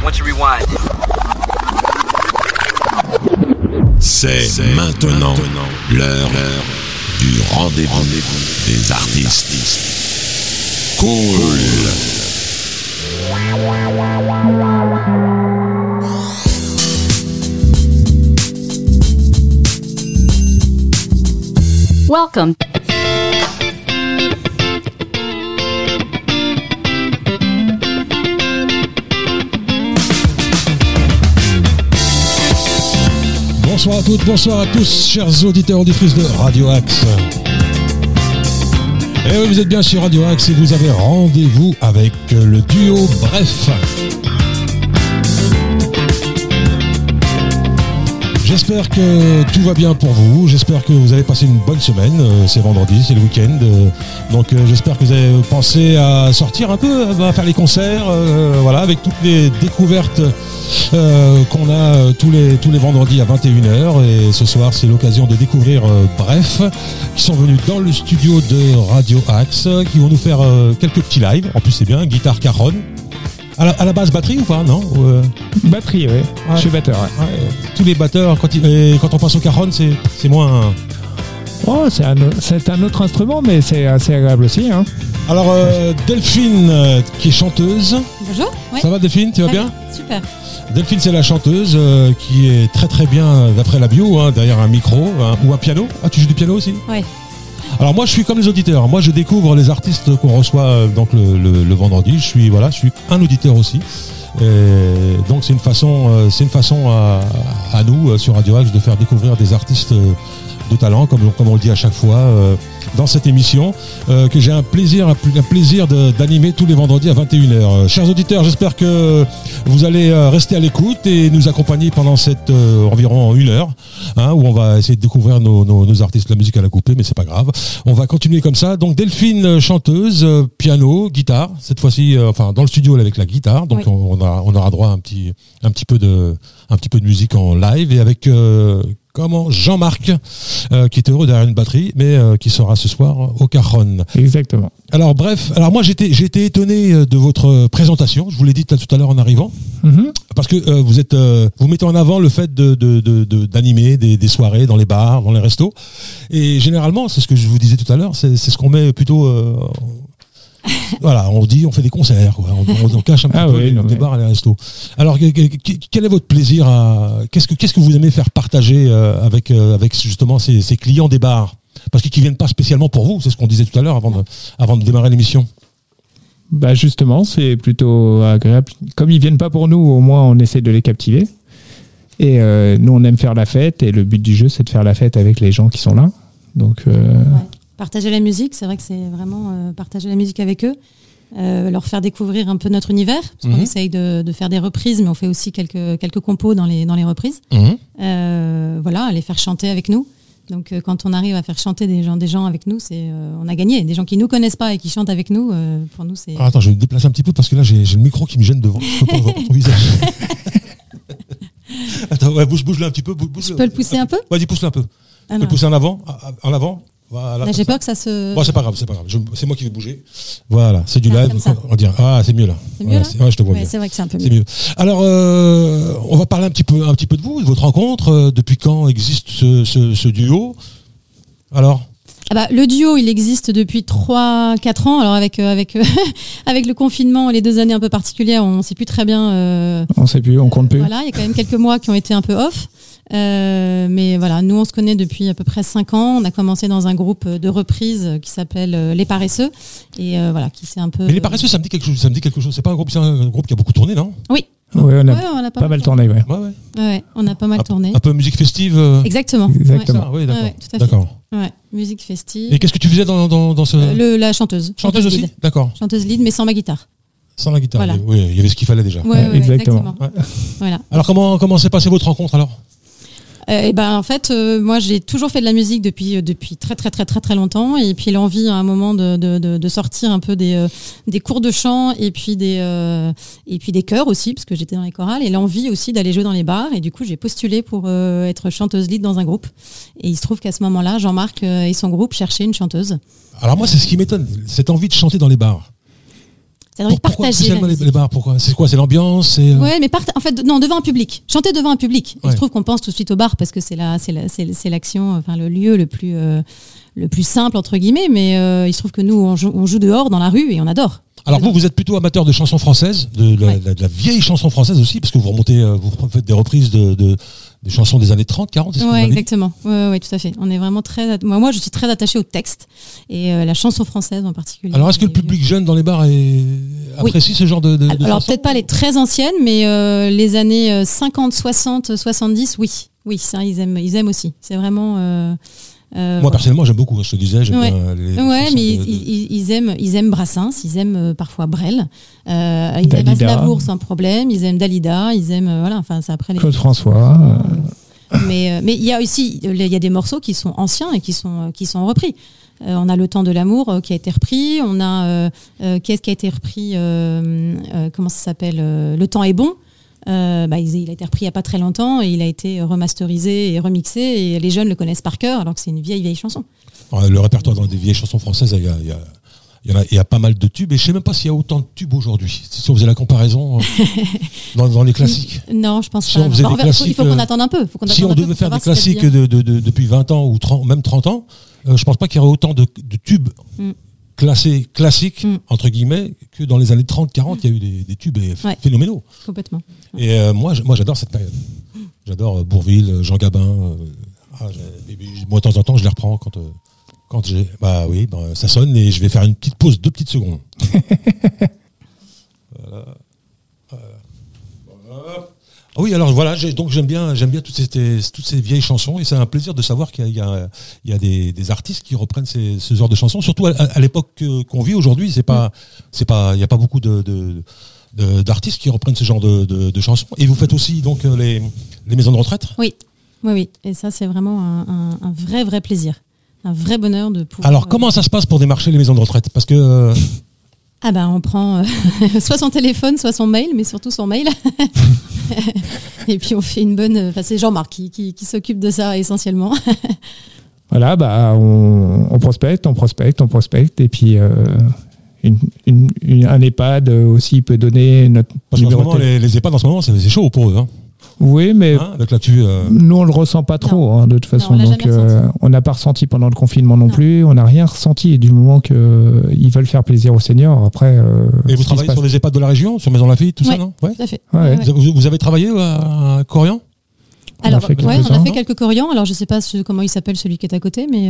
once you rewind. C'est maintenant l'heure du rendez-vous des artistes. Cool. Welcome. Bonsoir à toutes, bonsoir à tous, chers auditeurs, auditrices de Radio Axe. Et oui, vous êtes bien sur Radio Axe et vous avez rendez-vous avec le duo Bref. J'espère que tout va bien pour vous, j'espère que vous avez passé une bonne semaine, c'est vendredi, c'est le week-end, donc j'espère que vous avez pensé à sortir un peu, à faire les concerts, voilà, avec toutes les découvertes qu'on a tous les vendredis à 21h, et ce soir c'est l'occasion de découvrir Bref, qui sont venus dans le studio de Radio Axe, qui vont nous faire quelques petits lives, en plus c'est bien, guitare caronne. À la base, batterie ou pas, non Batterie, oui. Ouais. Je suis batteur, ouais. Tous les batteurs, quand on passe au cajon, c'est moins... Oh, c'est un autre instrument, mais c'est assez agréable aussi. Hein. Alors, Delphine, qui est chanteuse. Bonjour. Oui. Ça va, Delphine? Tu vas bien? Super. Delphine, c'est la chanteuse qui est très très bien, d'après la bio, derrière un micro ou un piano. Ah, tu joues du piano aussi? Oui. Alors moi je suis comme les auditeurs, moi je découvre les artistes qu'on reçoit donc le vendredi, je suis un auditeur aussi. Et donc c'est une façon à nous sur Radio Axe de faire découvrir des artistes de talent, comme on le dit à chaque fois dans cette émission, que j'ai un plaisir d'animer tous les vendredis à 21h. Chers auditeurs, j'espère que vous allez rester à l'écoute et nous accompagner pendant cette environ 1 heure, où on va essayer de découvrir nos artistes. La musique à la coupée, mais c'est pas grave. On va continuer comme ça. Donc Delphine, chanteuse, piano, guitare. Cette fois-ci, dans le studio avec la guitare. Donc oui. on aura droit à un petit peu de musique en live et avec Jean-Marc, qui est heureux derrière une batterie, mais qui sera ce soir au cajon. Exactement. Alors bref, moi j'ai été étonné de votre présentation. Je vous l'ai dit tout à l'heure en arrivant, parce que vous mettez en avant le fait d'animer des soirées dans les bars, dans les restos, et généralement, c'est ce que je vous disais tout à l'heure, c'est ce qu'on met plutôt. Voilà, on fait des concerts, quoi. On cache un petit peu les bars et les restos. Alors, quel est votre plaisir qu'est-ce que vous aimez faire partager avec justement ces clients des bars? Parce qu'ils viennent pas spécialement pour vous, c'est ce qu'on disait tout à l'heure avant de démarrer l'émission. Bah justement, c'est plutôt agréable. Comme ils viennent pas pour nous, au moins on essaie de les captiver. Et nous, on aime faire la fête, et le but du jeu, c'est de faire la fête avec les gens qui sont là. Donc ouais. Partager la musique, c'est vrai que c'est vraiment partager la musique avec eux, leur faire découvrir un peu notre univers, parce qu'on essaye de faire des reprises, mais on fait aussi quelques compos dans les reprises. Voilà, les faire chanter avec nous. Donc quand on arrive à faire chanter des gens avec nous, on a gagné. Des gens qui nous connaissent pas et qui chantent avec nous, pour nous c'est... Attends, je vais me déplacer un petit peu parce que là j'ai le micro qui me gêne devant. Je peux pas voir ton visage. Attends, ouais, bouge-le un petit peu. Je peux le pousser un peu? Vas-y, pousse-le un peu. Tu peux le pousser en avant. Voilà, là, j'ai peur que ça se... Bon, c'est pas grave. C'est moi qui vais bouger. Voilà, c'est du live. On dirait, c'est mieux là. C'est mieux là. Ouais, je te vois bien. C'est vrai que c'est un peu mieux. C'est mieux. Alors, on va parler un petit peu de vous, de votre rencontre. Depuis quand existe ce duo? Alors le duo, il existe depuis 3-4 ans. Alors avec le confinement et les 2 années un peu particulières, on ne sait plus très bien. On ne sait plus, on compte plus. Voilà, il y a quand même quelques mois qui ont été un peu off. Mais voilà, nous on se connaît depuis à peu près 5 ans. On a commencé dans un groupe de reprises qui s'appelle Les Paresseux, et voilà, qui s'est un peu. Mais Les Paresseux, ça me dit quelque chose. C'est pas un groupe qui a beaucoup tourné, non? Oui. Oui, on a pas mal tourné. Ouais, on a pas mal tourné. Un peu musique festive. Exactement. Oui, d'accord. Ouais, tout à fait. D'accord. Ouais, musique festive. Et qu'est-ce que tu faisais dans ce... La chanteuse. Chanteuse aussi. D'accord. Chanteuse lead, mais sans ma guitare. Sans la guitare. Voilà. Oui, il y avait ce qu'il fallait déjà. Ouais, exactement. Ouais. Voilà. Alors comment s'est passée votre rencontre alors? En fait, moi j'ai toujours fait de la musique depuis très très très très très longtemps, et puis l'envie à un moment de sortir un peu des cours de chant et puis des chœurs aussi, parce que j'étais dans les chorales, et l'envie aussi d'aller jouer dans les bars, et du coup j'ai postulé pour être chanteuse lead dans un groupe, et il se trouve qu'à ce moment-là Jean-Marc et son groupe cherchaient une chanteuse. Alors moi c'est ce qui m'étonne, cette envie de chanter dans les bars. Ça doit être partagé. Pourquoi les bars? Pourquoi? C'est quoi? C'est l'ambiance? Ouais, mais en fait, non, devant un public. Chanter devant un public. Ouais. Je trouve qu'on pense tout de suite au bar parce que c'est l'action, enfin le lieu le plus simple entre guillemets. Mais il se trouve que nous, on joue dehors dans la rue et on adore. Alors vous êtes plutôt amateur de chansons françaises, de la vieille chanson française aussi, parce que vous faites des reprises des chansons des années 30, 40. Oui, exactement. Ouais, tout à fait. On est vraiment moi, je suis très attachée au texte et la chanson française en particulier. Alors, est-ce que le public jeune dans les bars apprécie ce genre de chansons? Alors, peut-être pas les très anciennes, mais les années 50, 60, 70, oui, ça, ils aiment aussi. C'est vraiment... Moi personnellement j'aime beaucoup, je te disais, j'aime bien mais ils aiment Brassens, ils aiment parfois Brel, ils aiment Aznavour sans problème, ils aiment Dalida, ils aiment c'est après Claude François. Mais il y a aussi des morceaux qui sont anciens et qui sont repris. On a Le Temps de l'amour qui a été repris, on a qu'est-ce qui a été repris, comment ça s'appelle, Le Temps est bon. Il a été repris il n'y a pas très longtemps et il a été remasterisé et remixé et les jeunes le connaissent par cœur alors que c'est une vieille chanson. Alors, le répertoire dans des vieilles chansons françaises, il y a pas mal de tubes et je ne sais même pas s'il y a autant de tubes aujourd'hui. Si on faisait la comparaison dans les classiques. Non, je pense si pas. Il faut qu'on attende un peu. Si on devait faire des classiques depuis 20 ans ou 30, même 30 ans, je ne pense pas qu'il y aurait autant de tubes. Classique entre guillemets que dans les années 30-40 il y a eu des tubes phénoménaux. Complètement. Et moi j'adore cette période. J'adore Bourvil, Jean Gabin. Moi de temps en temps je les reprends quand j'ai ça sonne et je vais faire une petite pause 2 petites secondes. Voilà. Ah oui, alors voilà, donc j'aime bien toutes ces vieilles chansons et c'est un plaisir de savoir qu'il y a des artistes qui reprennent ce genre de chansons, surtout à l'époque qu'on vit aujourd'hui. Il y a pas beaucoup d'artistes qui reprennent ce genre de chansons. Et vous faites aussi donc les maisons de retraite. Oui, et ça c'est vraiment un vrai plaisir, un vrai bonheur de pouvoir. Alors comment ça se passe pour démarcher les maisons de retraite? Parce que on prend soit son téléphone, soit son mail, mais surtout son mail. Et puis on fait une bonne... c'est Jean-Marc qui s'occupe de ça essentiellement. Voilà, on prospecte. Et puis un EHPAD aussi peut donner notre numéro. Les EHPAD en ce moment, c'est chaud pour eux. Hein. Oui, mais nous, on le ressent pas trop, de toute façon. Donc, on n'a pas ressenti pendant le confinement non plus. On n'a rien ressenti. Et du moment qu'ils veulent faire plaisir aux seniors, après. Et vous travaillez sur les EHPAD de la région, sur Maison Lafitte, tout ça, non? Tout à fait. Ouais. Vous avez travaillé à Corian? Alors, on a fait quelques Corians. Alors, je sais pas comment il s'appelle celui qui est à côté, mais.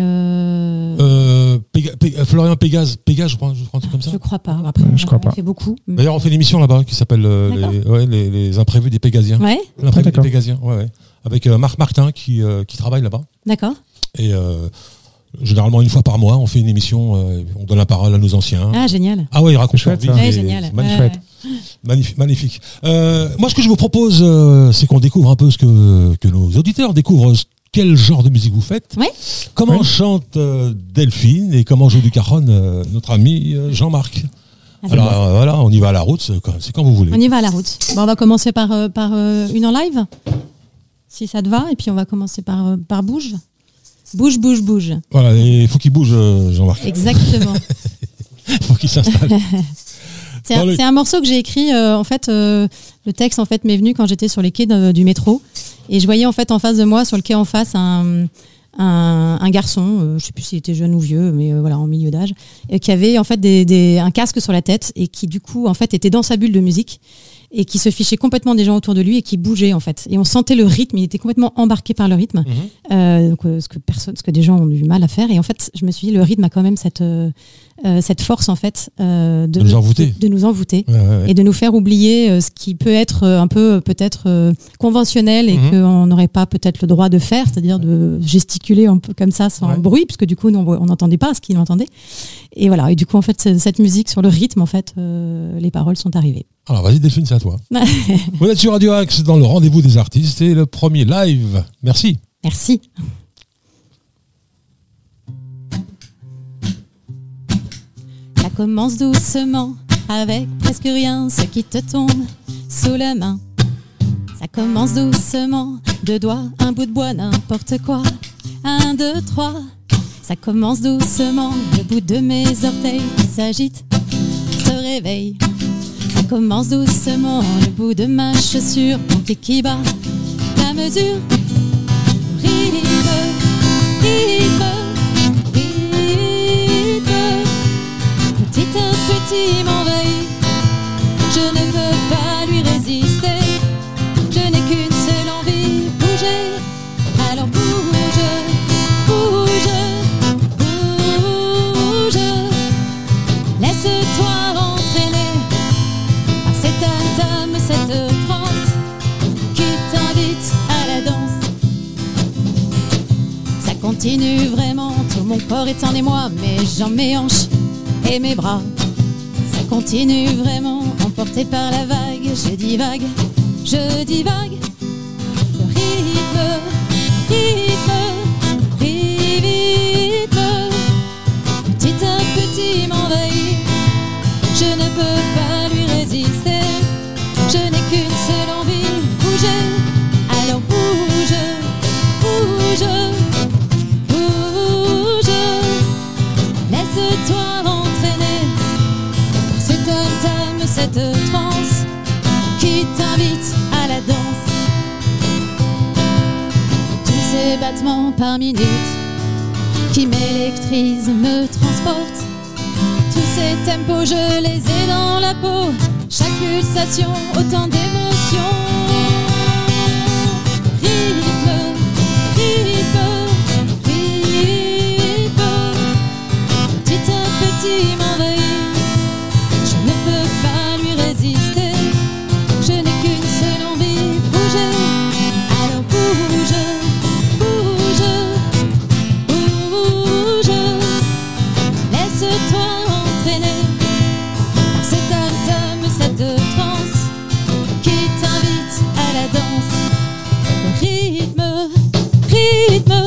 Florian Pégase, je crois un truc comme ça. Je crois pas. Après, je crois pas. On fait beaucoup. D'ailleurs, on fait une émission là-bas qui s'appelle les imprévus des Pégasiens. Ouais. L'imprévu des Pégasiens, ouais. Avec Marc Martin qui travaille là-bas. D'accord. Et généralement, une fois par mois, on fait une émission, on donne la parole à nos anciens. Ah, génial. Ah ouais, ils racontent chouette, leur vie. Génial. Magnifique. Moi, ce que je vous propose, c'est qu'on découvre un peu ce que nos auditeurs découvrent. Quel genre de musique vous faites? Oui. Comment chante Delphine et comment joue du cajon notre ami Jean-Marc? Alors voilà, on y va à la route, c'est quand vous voulez. On y va à la route. On va commencer par une en live, si ça te va, et puis on va commencer par Bouge. Bouge. Voilà, il faut qu'il bouge, Jean-Marc. Exactement. Il faut qu'il s'installe. C'est un morceau que j'ai écrit, le texte m'est venu quand j'étais sur les quais du métro et je voyais en fait en face de moi, sur le quai en face, un garçon, je sais plus s'il était jeune ou vieux, mais en milieu d'âge, qui avait en fait un casque sur la tête et qui du coup en fait était dans sa bulle de musique et qui se fichait complètement des gens autour de lui et qui bougeait en fait. Et on sentait le rythme, il était complètement embarqué par le rythme, ce que des gens ont du mal à faire. Et en fait, je me suis dit, le rythme a quand même cette force en fait de nous envoûter et de nous faire oublier ce qui peut être un peu peut-être conventionnel et qu'on n'aurait pas peut-être le droit de faire, c'est-à-dire de gesticuler un peu comme ça sans bruit, puisque du coup on n'entendait pas ce qu'il entendait. Et voilà. Et du coup en fait cette musique sur le rythme en fait, les paroles sont arrivées. Alors vas-y Delphine, c'est à toi. Vous êtes sur Radio Axe dans le rendez-vous des artistes et le premier live. Merci. Merci. Ça commence doucement, avec presque rien, ce qui te tombe sous la main. Ça commence doucement, 2 doigts, un bout de bois, n'importe quoi. 1, 2, 3. Ça commence doucement, le bout de mes orteils s'agite, se réveille. commence doucement, le bout de ma chaussure, compter qui bat la mesure. Rythme, rythme, rythme, petit à petit m'envahit. Je ne peux pas lui résister. Je n'ai qu'une seule envie, bouger. Alors bouge, bouge, bouge. Laisse-toi entraîner par cette atome, cette transe qui t'invite à la danse. Ça continue vraiment, tout mon corps est en émoi, mes jambes, mes hanches et mes bras. Ça continue vraiment, emporté par la vague, je divague. Le rythme, rythme, rythme, petit à petit m'envahit. Je ne peux pas lui résister. Je n'ai qu'une seule envie, bouger. Alors bouge, bouge, bouge. Laisse-toi entraîner par cet atome, cette transe qui t'invite à la danse. Tous ces battements par minute qui m'électrisent, me transportent. Tous ces tempos, je les ai dans la peau. Chaque pulsation, autant d'émotions. Rythme, rythme, rythme, petit à petit m'envahit. Je ne peux pas lui résister. Je n'ai qu'une seule envie, bouger. Alors bouge, bouge, bouge. Laisse-toi entraîner par cet atome, cette transe qui t'invite à la danse. Le rythme, rythme,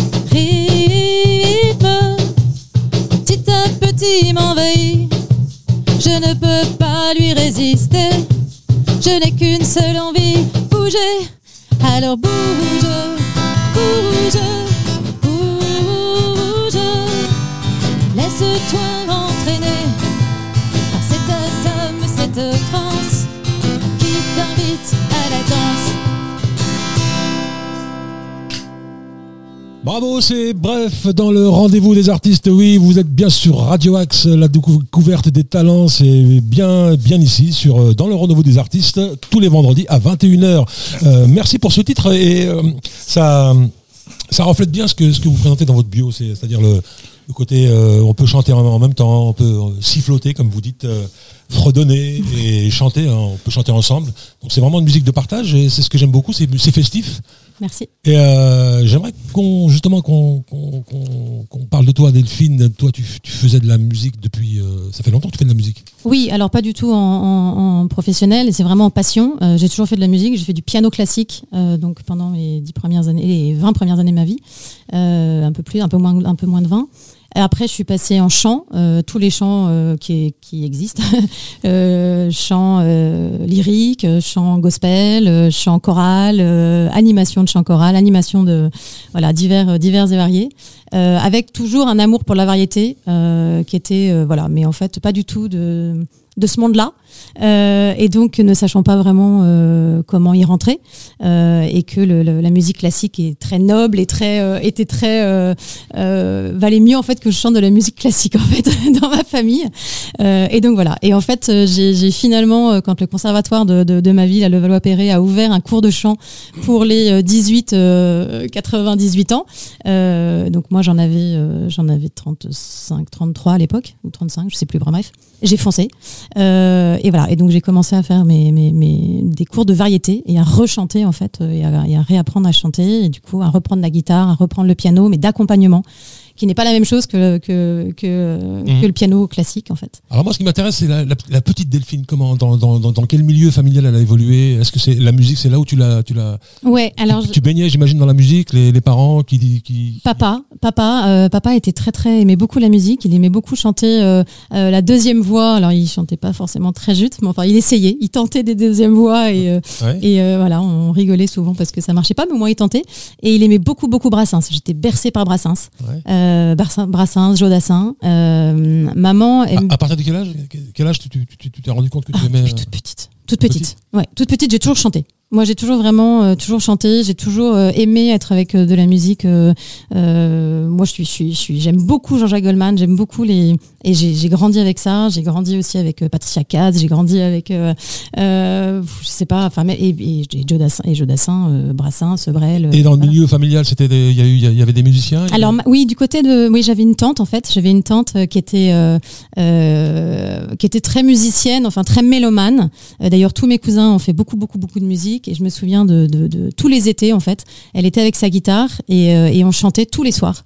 rythme, petit à petit m'envahit. Je ne peux pas lui résister. Je n'ai qu'une seule envie, bouger. Alors bouge, bouge, bouge. Laisse-toi entraîner par cet atome, cette transe qui t'invite à la danse. Bravo, c'est Bref dans le rendez-vous des artistes. Oui, vous êtes bien sur Radio Axe, la découverte des talents, c'est bien ici, dans le rendez-vous des artistes, tous les vendredis à 21h. Merci pour ce titre et ça reflète bien ce que vous présentez dans votre bio, c'est-à-dire le côté on peut chanter en même temps, on peut siffloter comme vous dites, fredonner et chanter, hein, on peut chanter ensemble. Donc c'est vraiment une musique de partage et c'est ce que j'aime beaucoup, c'est festif. Merci. Et j'aimerais qu'on parle de toi, Delphine. Toi, tu faisais de la musique depuis... ça fait longtemps que tu fais de la musique. Oui, alors pas du tout en professionnel, c'est vraiment en passion. J'ai toujours fait de la musique, j'ai fait du piano classique donc pendant les 10 premières années, les 20 premières années de ma vie. Un peu moins de 20. Après, je suis passée en chant, tous les chants qui existent, chant lyrique, chant gospel, chant choral, animation de chant choral, animation de divers et variés, avec toujours un amour pour la variété qui était mais en fait pas du tout de ce monde-là, et donc ne sachant pas vraiment comment y rentrer, et que la musique classique est très noble et était très valait mieux en fait que je chante de la musique classique en fait dans ma famille, et donc voilà. Et en fait j'ai finalement, quand le conservatoire de ma ville à Levallois-Perret a ouvert un cours de chant pour les 18-98 ans, donc moi j'en avais 33 à l'époque ou 35, je sais plus, bref, j'ai foncé. Et voilà. Et donc j'ai commencé à faire des cours de variété et à rechanter en fait, et à réapprendre à chanter, et du coup à reprendre la guitare, à reprendre le piano, mais d'accompagnement, qui n'est pas la même chose que le piano classique en fait. Alors moi, ce qui m'intéresse, c'est la petite Delphine. Comment, dans quel milieu familial elle a évolué? Est-ce que c'est la musique, c'est là où tu l'as Ouais, alors tu baignais, j'imagine, dans la musique, les parents qui... Papa était très aimait beaucoup la musique, il aimait beaucoup chanter la deuxième voix. Alors il chantait pas forcément très juste, mais enfin il essayait, il tentait des deuxièmes voix et voilà, on rigolait souvent parce que ça marchait pas, mais au moins il tentait. Et il aimait beaucoup Brassens. J'étais bercée par Brassens. Ouais. Brassens, Jodassin. Maman... À partir de quel âge tu t'es rendu compte que tu aimais... Toute petite. Ouais, toute petite, j'ai toujours chanté. Moi, j'ai toujours vraiment toujours chanté. J'ai toujours aimé être avec de la musique. Moi, j'aime beaucoup Jean-Jacques Goldman. J'aime beaucoup et j'ai grandi avec ça. J'ai grandi aussi avec Patricia Cass. J'ai grandi avec, je sais pas, enfin, et Jodassin, Brassens, Brel. Et dans le milieu familial, il y avait des musiciens. Alors oui, du côté de, oui, j'avais une tante en fait. J'avais une tante qui était très musicienne, enfin très mélomane. D'ailleurs, tous mes cousins ont fait beaucoup de musique. Et je me souviens de tous les étés en fait. Elle était avec sa guitare et on chantait tous les soirs.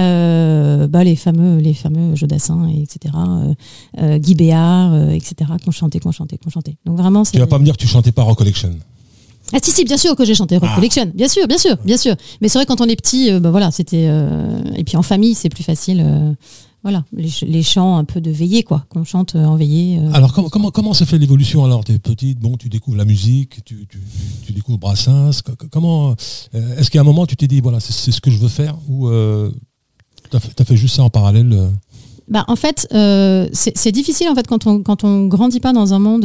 Les fameux Jodassin, etc. Guy Béard, etc. Qu'on chantait. Donc vraiment, tu vas pas me dire que tu chantais pas Rock Collection. Ah si, bien sûr que j'ai chanté Rock Collection, bien sûr. Mais c'est vrai quand on est petit, c'était et puis en famille c'est plus facile. Voilà, les chants un peu de veillée, quoi, qu'on chante en veillée. Alors, comment se fait l'évolution? Alors, t'es petite, bon, tu découvres la musique, tu découvres Brassens. Comment est-ce qu'à un moment, tu t'es dit, voilà, c'est ce que je veux faire, ou t'as fait juste ça en parallèle En fait, c'est difficile en fait quand on grandit pas dans un monde.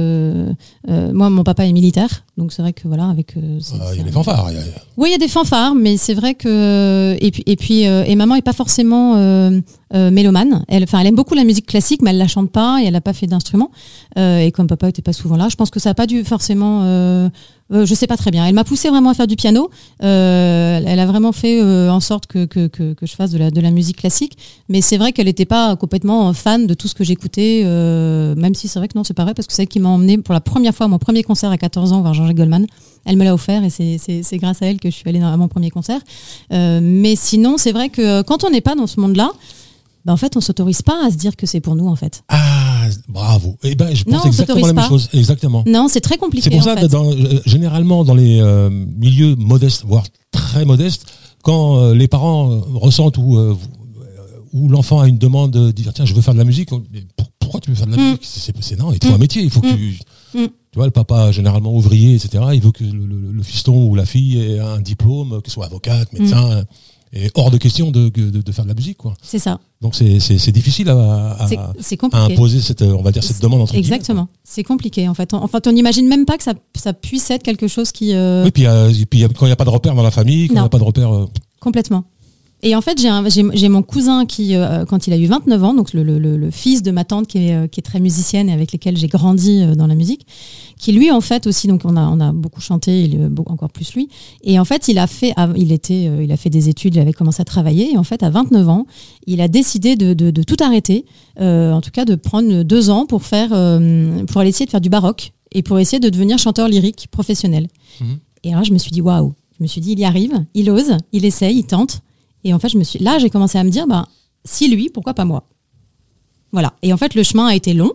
Moi, mon papa est militaire, donc c'est vrai que voilà, avec. Il y a des fanfares. Oui, il y a des fanfares, mais c'est vrai que et maman est pas forcément mélomane. Elle aime beaucoup la musique classique, mais elle la chante pas et elle a pas fait d'instrument. Et comme papa était pas souvent là, je pense que ça a pas dû forcément. Je sais pas très bien. Elle m'a poussé vraiment à faire du piano. Elle a vraiment fait en sorte que je fasse de la musique classique. Mais c'est vrai qu'elle n'était pas complètement fan de tout ce que j'écoutais. Même si c'est vrai que non, c'est pas vrai parce que c'est elle qui m'a emmené pour la première fois à mon premier concert à 14 ans voir Jean-Jacques Goldman. Elle me l'a offert et c'est grâce à elle que je suis allée à mon premier concert. Mais sinon, c'est vrai que quand on n'est pas dans ce monde-là, en fait, on s'autorise pas à se dire que c'est pour nous, en fait. Ah, bravo. Je pense exactement la même chose. Exactement. Non, c'est très compliqué. C'est pour ça que généralement, dans les milieux modestes, voire très modestes, quand les parents ressentent ou l'enfant a une demande de dire tiens, je veux faire de la musique, pourquoi tu veux faire de la musique? C'est non, il te faut un métier. Il faut que tu vois, le papa, généralement ouvrier, etc., il veut que le fiston ou la fille ait un diplôme, qu'il soit avocate, médecin. Et hors de question de faire de la musique, quoi. C'est ça. Donc c'est difficile à imposer cette demande entre guillemets. Exactement. C'est compliqué en fait. On n'imagine même pas que ça puisse être quelque chose qui. Oui, puis quand il n'y a pas de repère dans la famille, quand il n'y a pas de repère. Complètement. Et en fait, j'ai mon cousin qui, quand il a eu 29 ans, donc le fils de ma tante qui est très musicienne et avec lesquels j'ai grandi dans la musique, qui lui en fait aussi, donc on a beaucoup chanté, encore plus lui. Et en fait, il a fait des études, il avait commencé à travailler. Et en fait, à 29 ans, il a décidé de tout arrêter, en tout cas de prendre 2 ans pour aller essayer de faire du baroque et pour essayer de devenir chanteur lyrique professionnel. Et alors, je me suis dit waouh. Je me suis dit, il y arrive, il ose, il essaye, il tente. Et en fait, j'ai commencé à me dire, si lui, pourquoi pas moi? Voilà. Et en fait, le chemin a été long.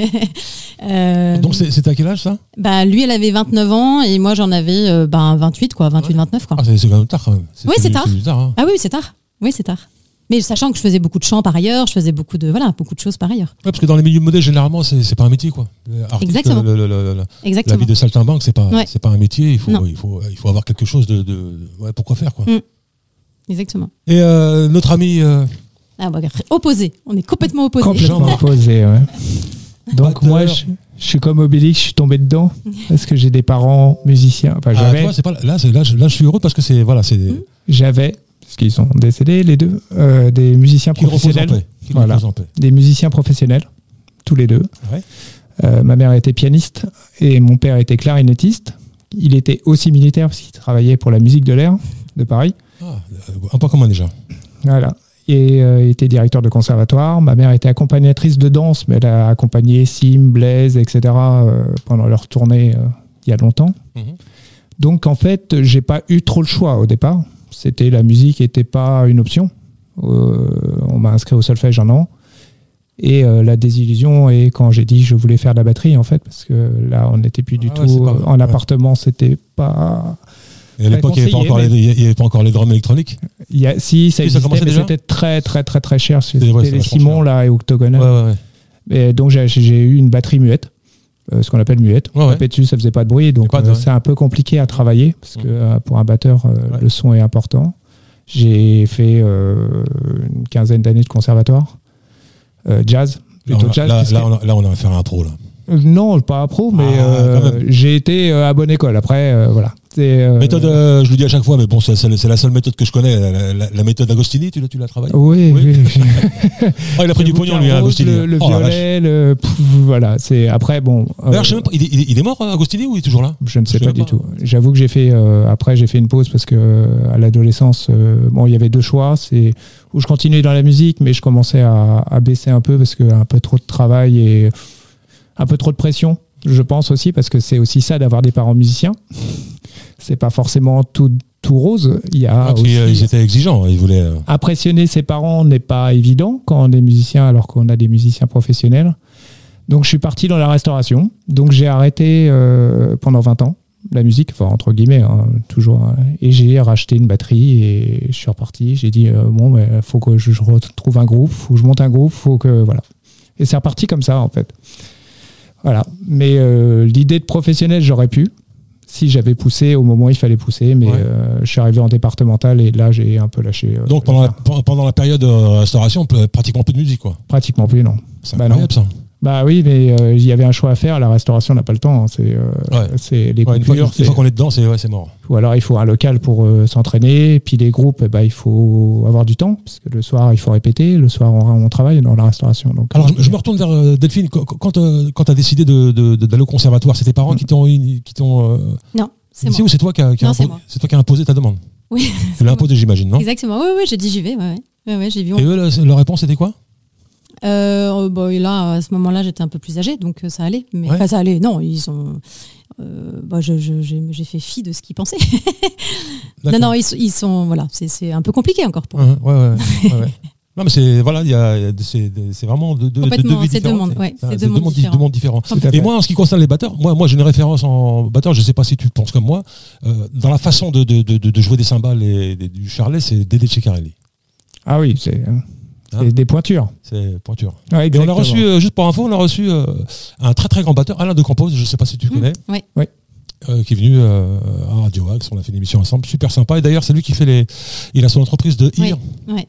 Donc, c'était à quel âge, ça? Lui, elle avait 29 ans et moi, j'en avais 28, quoi, 28-29, quoi. Ah, c'est quand même tard, quand même. C'est tard. Hein. Ah oui, c'est tard. Oui, c'est tard. Mais sachant que je faisais beaucoup de chants par ailleurs, je faisais beaucoup de choses par ailleurs. Ouais, parce que dans les milieux modestes, généralement, c'est pas un métier, quoi. Artiste, exactement. La vie de saltimbanque, c'est pas un métier. Il faut avoir quelque chose pour quoi faire, quoi. Exactement. Et notre ami... opposé. On est complètement opposé. Complètement opposé, ouais. Donc moi, je suis comme Obélix, je suis tombé dedans parce que j'ai des parents musiciens. Enfin, j'avais. Là, je suis heureux parce que J'avais, parce qu'ils sont décédés les deux, des musiciens professionnels. Des musiciens professionnels, tous les deux. Ouais. Ma mère était pianiste et mon père était clarinettiste. Il était aussi militaire parce qu'il travaillait pour la musique de l'air de Paris. Un point commun déjà. Voilà. Et il était directeur de conservatoire. Ma mère était accompagnatrice de danse, mais elle a accompagné Sim, Blaise, etc. Pendant leur tournée il y a longtemps. Donc en fait, j'ai pas eu trop le choix au départ. La musique n'était pas une option. On m'a inscrit au solfège 1 an. Et la désillusion est quand j'ai dit que je voulais faire de la batterie, en fait, parce que là, on n'était plus du tout en appartement, c'était pas... Et à l'époque, il n'y avait pas encore les drums électroniques. Ça existait, mais c'était très, très, très, très cher. C'était les Simon là, et Octogonal. Et donc, j'ai eu une batterie muette, ce qu'on appelle muette. On tapait dessus, ça faisait pas de bruit. Donc, c'est un peu compliqué à travailler, parce que pour un batteur, le son est important. J'ai fait une quinzaine d'années de conservatoire. Jazz. Là, on a affaire à un pro, là. Non, pas à pro, mais j'ai été à bonne école. Après, voilà. Méthode, je le dis à chaque fois, mais bon, c'est la seule méthode que je connais. La méthode Agostini, tu l'as travaillé? Oui. Il a pris du pognon, lui, Agostini. Le violet, voilà. Après, bon. D'ailleurs, je sais même pas, il est mort, Agostini, ou il est toujours là? Je ne sais pas du tout. J'avoue que j'ai fait une pause parce que à l'adolescence, il y avait deux choix. C'est où je continuais dans la musique, mais je commençais à baisser un peu parce que un peu trop de travail et un peu trop de pression, je pense aussi, parce que c'est aussi ça d'avoir des parents musiciens. C'est pas forcément tout rose. Il y a aussi, ils étaient exigeants, ils voulaient. Impressionner ses parents n'est pas évident quand on est musicien, alors qu'on a des musiciens professionnels. Donc je suis parti dans la restauration. Donc j'ai arrêté pendant 20 ans la musique, enfin entre guillemets, toujours. Et j'ai racheté une batterie et je suis reparti. J'ai dit faut que je retrouve un groupe, faut que je monte un groupe, faut que voilà. Et c'est reparti comme ça en fait. Voilà. Mais l'idée de professionnel, j'aurais pu si j'avais poussé au moment où il fallait pousser, mais je suis arrivé en départemental et là j'ai un peu lâché. Donc pendant la période de restauration, pratiquement plus de musique, quoi. Pratiquement plus, non. C'est incroyable, ça. Bah oui, mais il y avait un choix à faire. La restauration n'a pas le temps. C'est les coupures. Une fois qu'on est dedans, c'est mort. Ou alors il faut un local pour s'entraîner. Et puis les groupes, il faut avoir du temps parce que le soir il faut répéter. Le soir on travaille dans la restauration. Donc, alors je me retourne vers Delphine. Quand tu as décidé d'aller au conservatoire, c'est tes parents qui t'ont Non, c'est moi. Ou c'est toi qui as imposé ta demande? Oui. Tu l'as imposé, j'imagine, non? Exactement. Oui, j'ai dit j'y vais. Ouais, j'ai vu. Et eux, leur réponse c'était quoi? Et là, à ce moment-là, j'étais un peu plus âgée, donc ça allait. Mais ça allait. Non, ils ont. J'ai fait fi de ce qu'ils pensaient. non, ils sont. Voilà, c'est un peu compliqué encore pour eux. Ouais. Non, mais c'est vraiment deux vies différentes. C'est deux mondes différents. Et moi, en ce qui concerne les batteurs, moi j'ai une référence en batteur. Je sais pas si tu penses comme moi. Dans la façon de jouer des cymbales et du charlet, c'est Dédé Ceccarelli. Ah oui, c'est des pointures. C'est pointure. Ouais, et on a reçu, juste pour info, un très très grand batteur, Alain de Campos, je ne sais pas si tu connais, qui est venu à Radio Axe, on a fait une émission ensemble, super sympa. Et d'ailleurs, c'est lui qui fait il a son entreprise de IR.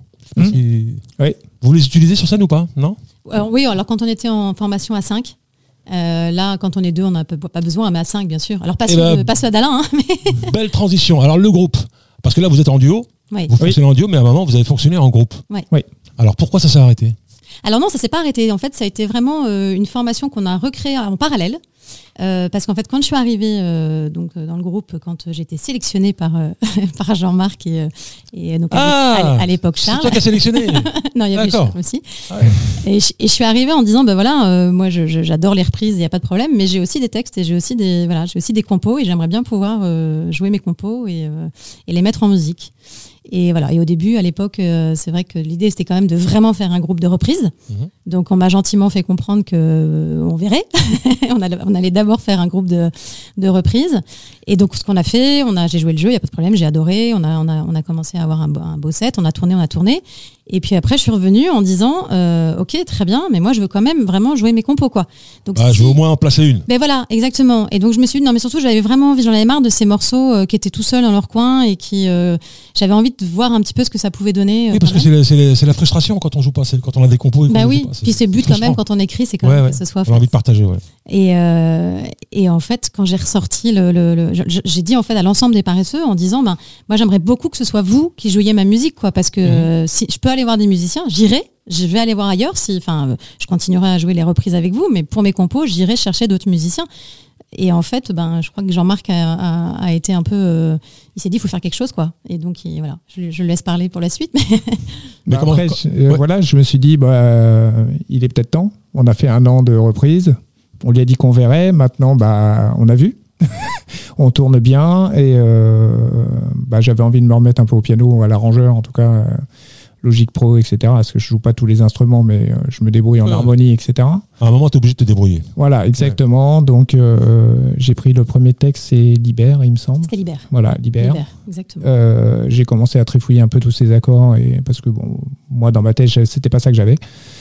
Vous les utilisez sur scène ou pas? Non? Oui, alors quand on était en formation à 5, là, quand on est 2, on n'a pas besoin, mais à 5, bien sûr. Alors pas ceux d'Alain. Mais... Belle transition. Alors le groupe, parce que là, vous êtes en duo. Vous fonctionnez en duo, mais à un moment, vous avez fonctionné en groupe. Oui. Alors pourquoi ça s'est arrêté? Alors non, ça s'est pas arrêté. En fait, ça a été vraiment une formation qu'on a recréée en parallèle. Parce qu'en fait, quand je suis arrivée dans le groupe, quand j'ai été sélectionnée par Jean-Marc et donc à l'époque Charles. C'est toi qui as sélectionné? Non, il y avait Charles aussi. Et je suis arrivée en disant, moi j'adore les reprises, il n'y a pas de problème, mais j'ai aussi des textes et j'ai aussi des compos et j'aimerais bien pouvoir jouer mes compos et les mettre en musique. Et voilà. Et au début, à l'époque, c'est vrai que l'idée c'était quand même de vraiment faire un groupe de reprises. Donc on m'a gentiment fait comprendre que on verrait. on allait d'abord faire un groupe de reprises. Et donc ce qu'on a fait, j'ai joué le jeu, il y a pas de problème, j'ai adoré. On a commencé à avoir un beau set, on a tourné. Et puis après, je suis revenue en disant, ok, très bien, mais moi je veux quand même vraiment jouer mes compos, quoi. Donc je veux au moins en placer une. Ben voilà, exactement. Et donc je me suis dit, non, mais surtout j'avais vraiment envie, j'en avais marre de ces morceaux qui étaient tout seuls dans leur coin et qui, j'avais envie de voir un petit peu ce que ça pouvait donner. Oui, parce que c'est la frustration quand on joue pas, quand on a des compos. Bah oui. Puis c'est le but quand même quand on écrit, c'est quand même que ce soit. On a envie de partager, Et en fait, quand j'ai ressorti j'ai dit en fait à l'ensemble des paresseux en disant, moi j'aimerais beaucoup que ce soit vous qui jouiez ma musique, quoi, parce que si je peux aller voir des musiciens, je vais aller voir ailleurs. Je continuerai à jouer les reprises avec vous, mais pour mes compos, j'irai chercher d'autres musiciens. Et en fait, je crois que Jean-Marc a été un peu, il s'est dit, il faut faire quelque chose, quoi. Et donc, voilà, je le laisse parler pour la suite. Mais après, je me suis dit, il est peut-être temps. On a fait 1 an de reprise. On lui a dit qu'on verrait. Maintenant, on a vu. On tourne bien. Et j'avais envie de me remettre un peu au piano, à l'arrangeur, en tout cas. Logic Pro, etc. Parce que je joue pas tous les instruments, mais je me débrouille en harmonie, etc. À un moment, tu es obligé de te débrouiller. Voilà, exactement. Donc, j'ai pris le premier texte, c'est Libère, il me semble. C'était Libère. Voilà, Libère. Exactement. J'ai commencé à trifouiller un peu tous ces accords, parce que moi, dans ma tête, c'était pas ça que j'avais.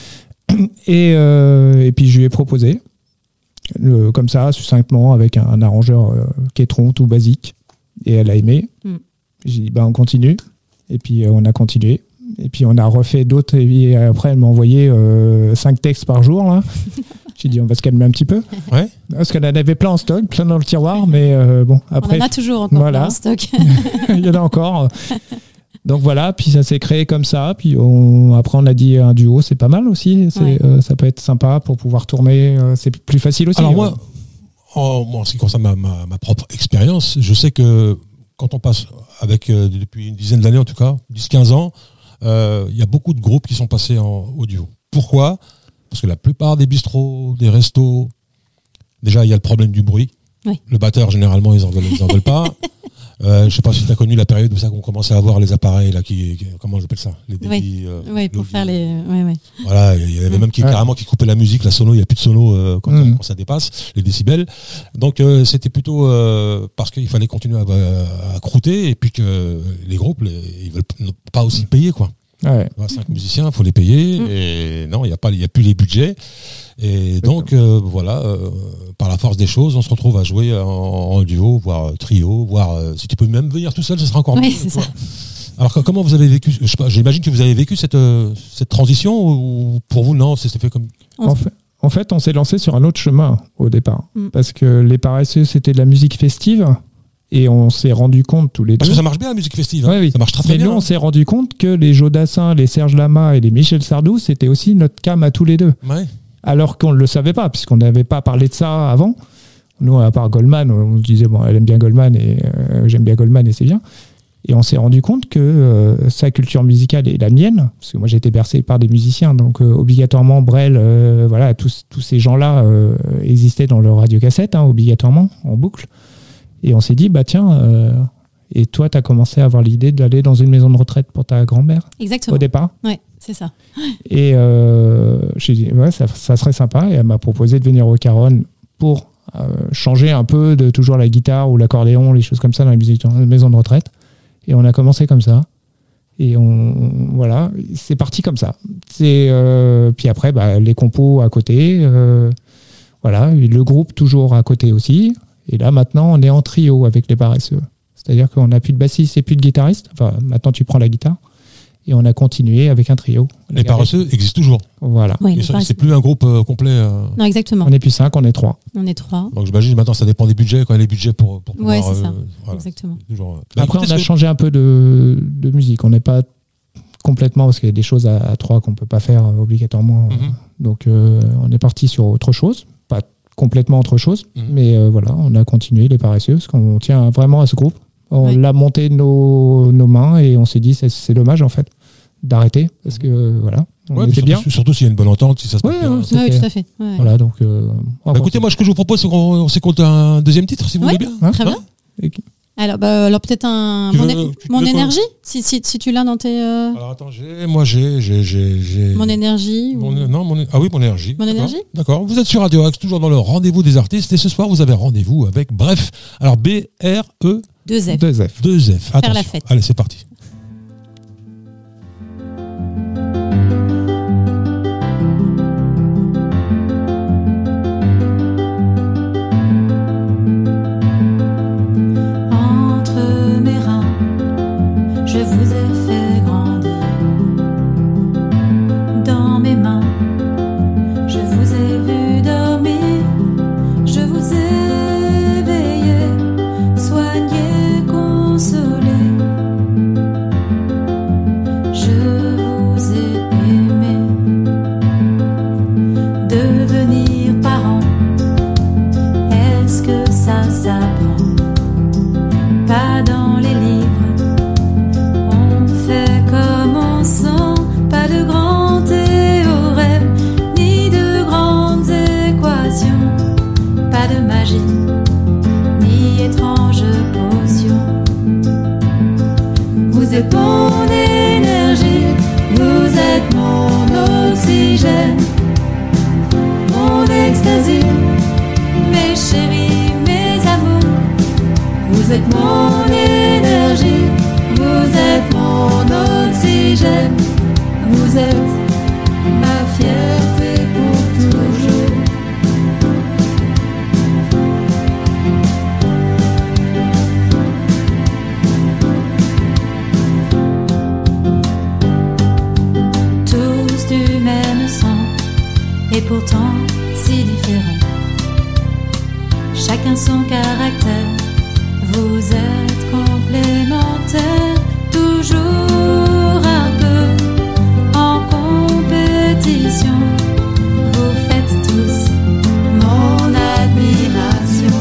Et puis, je lui ai proposé, comme ça, succinctement, avec un arrangeur Quetron tout basique. Et elle a aimé. J'ai dit, on continue. Et puis on a continué. Et puis on a refait d'autres. Et après, elle m'a envoyé 5 textes par jour. Là. J'ai dit, on va se calmer un petit peu. Ouais. Parce qu'elle en avait plein en stock, plein dans le tiroir. Mais bon, après. On en a toujours encore voilà. en stock. Il y en a encore. Donc voilà, puis ça s'est créé comme ça. Puis après, on a dit un duo, c'est pas mal aussi. Ça peut être sympa pour pouvoir tourner. C'est plus facile aussi. Alors moi, en ce qui concerne ma propre expérience, je sais que quand on passe avec, depuis une dizaine d'années en tout cas, 10-15 ans, il y a beaucoup de groupes qui sont passés en audio. Pourquoi ? Parce que la plupart des bistrots, des restos, déjà il y a le problème du bruit. Oui. Le batteur, généralement, ils en veulent pas. Je sais pas si tu as connu la période où ça qu'on commençait à avoir les appareils là comment j'appelle ça, les débits. Oui, pour faire les. Oui. Voilà, il y avait même carrément qui coupaient la musique, la sono. Il y a plus de sono quand ça dépasse les décibels. Donc c'était plutôt parce qu'il fallait continuer à croûter et puis que les groupes ils veulent pas aussi payer quoi. Ouais. 5 musiciens, il faut les payer et non, il y a plus les budgets et donc par la force des choses, on se retrouve à jouer en duo, voire trio, voire si tu peux même venir tout seul, ce sera encore mieux. Oui, c'est ça. Alors comment vous avez vécu ? Je sais pas, j'imagine que vous avez vécu cette transition ou pour vous non, c'est fait comme. En fait, on s'est lancé sur un autre chemin au départ parce que les Paresseux, c'était de la musique festive. Et on s'est rendu compte tous les deux. Parce que ça marche bien la musique festive. Hein. Oui. Ça marche très bien. Mais nous, on s'est rendu compte que les Jodassin, les Serge Lama et les Michel Sardou, c'était aussi notre cam à tous les deux. Ouais. Alors qu'on ne le savait pas, puisqu'on n'avait pas parlé de ça avant. Nous, à part Goldman, on disait, bon, elle aime bien Goldman et j'aime bien Goldman et c'est bien. Et on s'est rendu compte que sa culture musicale et la mienne, parce que moi j'ai été bercé par des musiciens, donc obligatoirement Brel, voilà, tous ces gens-là existaient dans leur radiocassette, obligatoirement, en boucle. Et on s'est dit, bah tiens, et toi, tu as commencé à avoir l'idée d'aller dans une maison de retraite pour ta grand-mère. Exactement. Au départ. Oui, c'est ça. Et j'ai dit, ouais, ça serait sympa. Et elle m'a proposé de venir au Caronne pour changer un peu de toujours la guitare ou l'accordéon, les choses comme ça dans les maisons de retraite. Et on a commencé comme ça. Et voilà, c'est parti comme ça. Puis après, les compos à côté. Voilà, le groupe toujours à côté aussi. Et là, maintenant, on est en trio avec les Paresseux. C'est-à-dire qu'on n'a plus de bassiste et plus de guitariste. Enfin, maintenant, tu prends la guitare. Et on a continué avec un trio. Les Paresseux existent toujours. Voilà. Oui, c'est plus un groupe complet. Non, exactement. On n'est plus 5, on est 3. On est 3. Donc j'imagine maintenant, ça dépend des budgets. Quand il y a les budgets pour pouvoir... Oui, c'est ça. Voilà. Exactement. Toujours, après, on a changé un peu de musique. On n'est pas complètement... Parce qu'il y a des choses à 3 qu'on ne peut pas faire obligatoirement. Donc, on est parti sur autre chose. Pas complètement autre chose. Mais voilà, on a continué les Paresseux parce qu'on tient vraiment à ce groupe. On l'a monté de nos mains et on s'est dit c'est dommage en fait d'arrêter parce que voilà, on était bien. Surtout s'il y a une bonne entente, si ça se passe bien. Oui, tout à fait. Ouais. Voilà, donc. Écoutez, moi ce que je vous propose, c'est qu'on s'écoute un deuxième titre, si vous voulez bien. Très bien. Alors peut-être mon énergie, si tu l'as dans tes. Alors attends, j'ai. Mon énergie. Mon énergie. Mon énergie. D'accord. Vous êtes sur Radio Axe, toujours dans le rendez-vous des artistes, et ce soir vous avez rendez-vous avec Bref. Alors BRE. 2F. 2F. Attention. Faire la fête. Allez, c'est parti. pourtant si différents. Chacun son caractère, vous êtes complémentaires, toujours un peu en compétition. Vous faites tous mon admiration.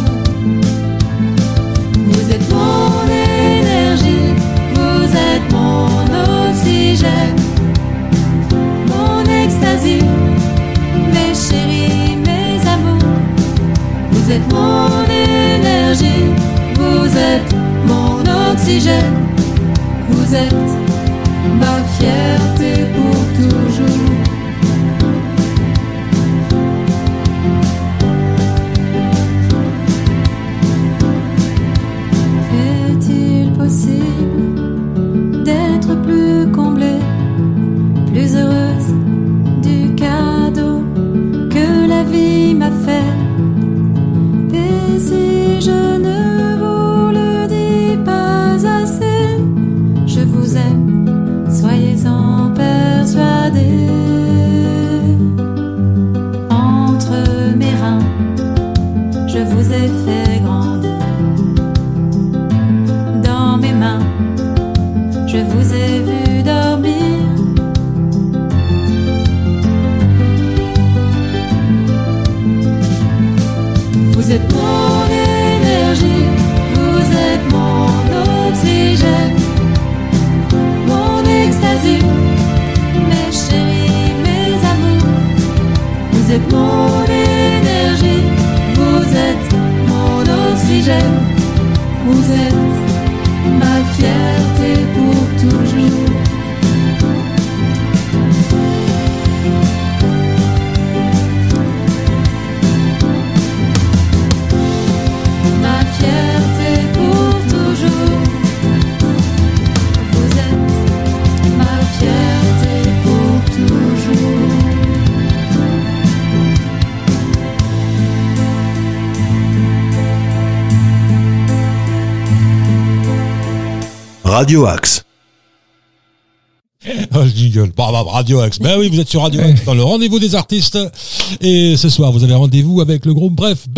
Vous êtes mon énergie, vous êtes mon oxygène, mon extasie, mes chéris, mes amours. Vous êtes mon énergie, vous êtes mon oxygène, vous êtes ma fierté pour toujours. Est-il possible d'être plus comblée, plus heureuse du cadeau que la vie m'a fait? Et si je ne vous le dis pas assez, je vous aime, soyez-en persuadés. Entre mes reins, je vous ai fait grandir. Dans mes mains, je vous ai vu dormir. Vous êtes mon énergie, vous êtes mon oxygène, mon extasie, mes chéris, mes amours. Vous êtes mon énergie, vous êtes mon oxygène, vous êtes ma fierté pour toujours. Ma fierté pour toujours. Vous êtes ma fierté pour toujours. Radio Axe. Oh, le jingle. Radio Axe. Ben oui, vous êtes sur Radio Axe dans le rendez-vous des artistes. Et ce soir, vous avez rendez-vous avec le groupe Bref,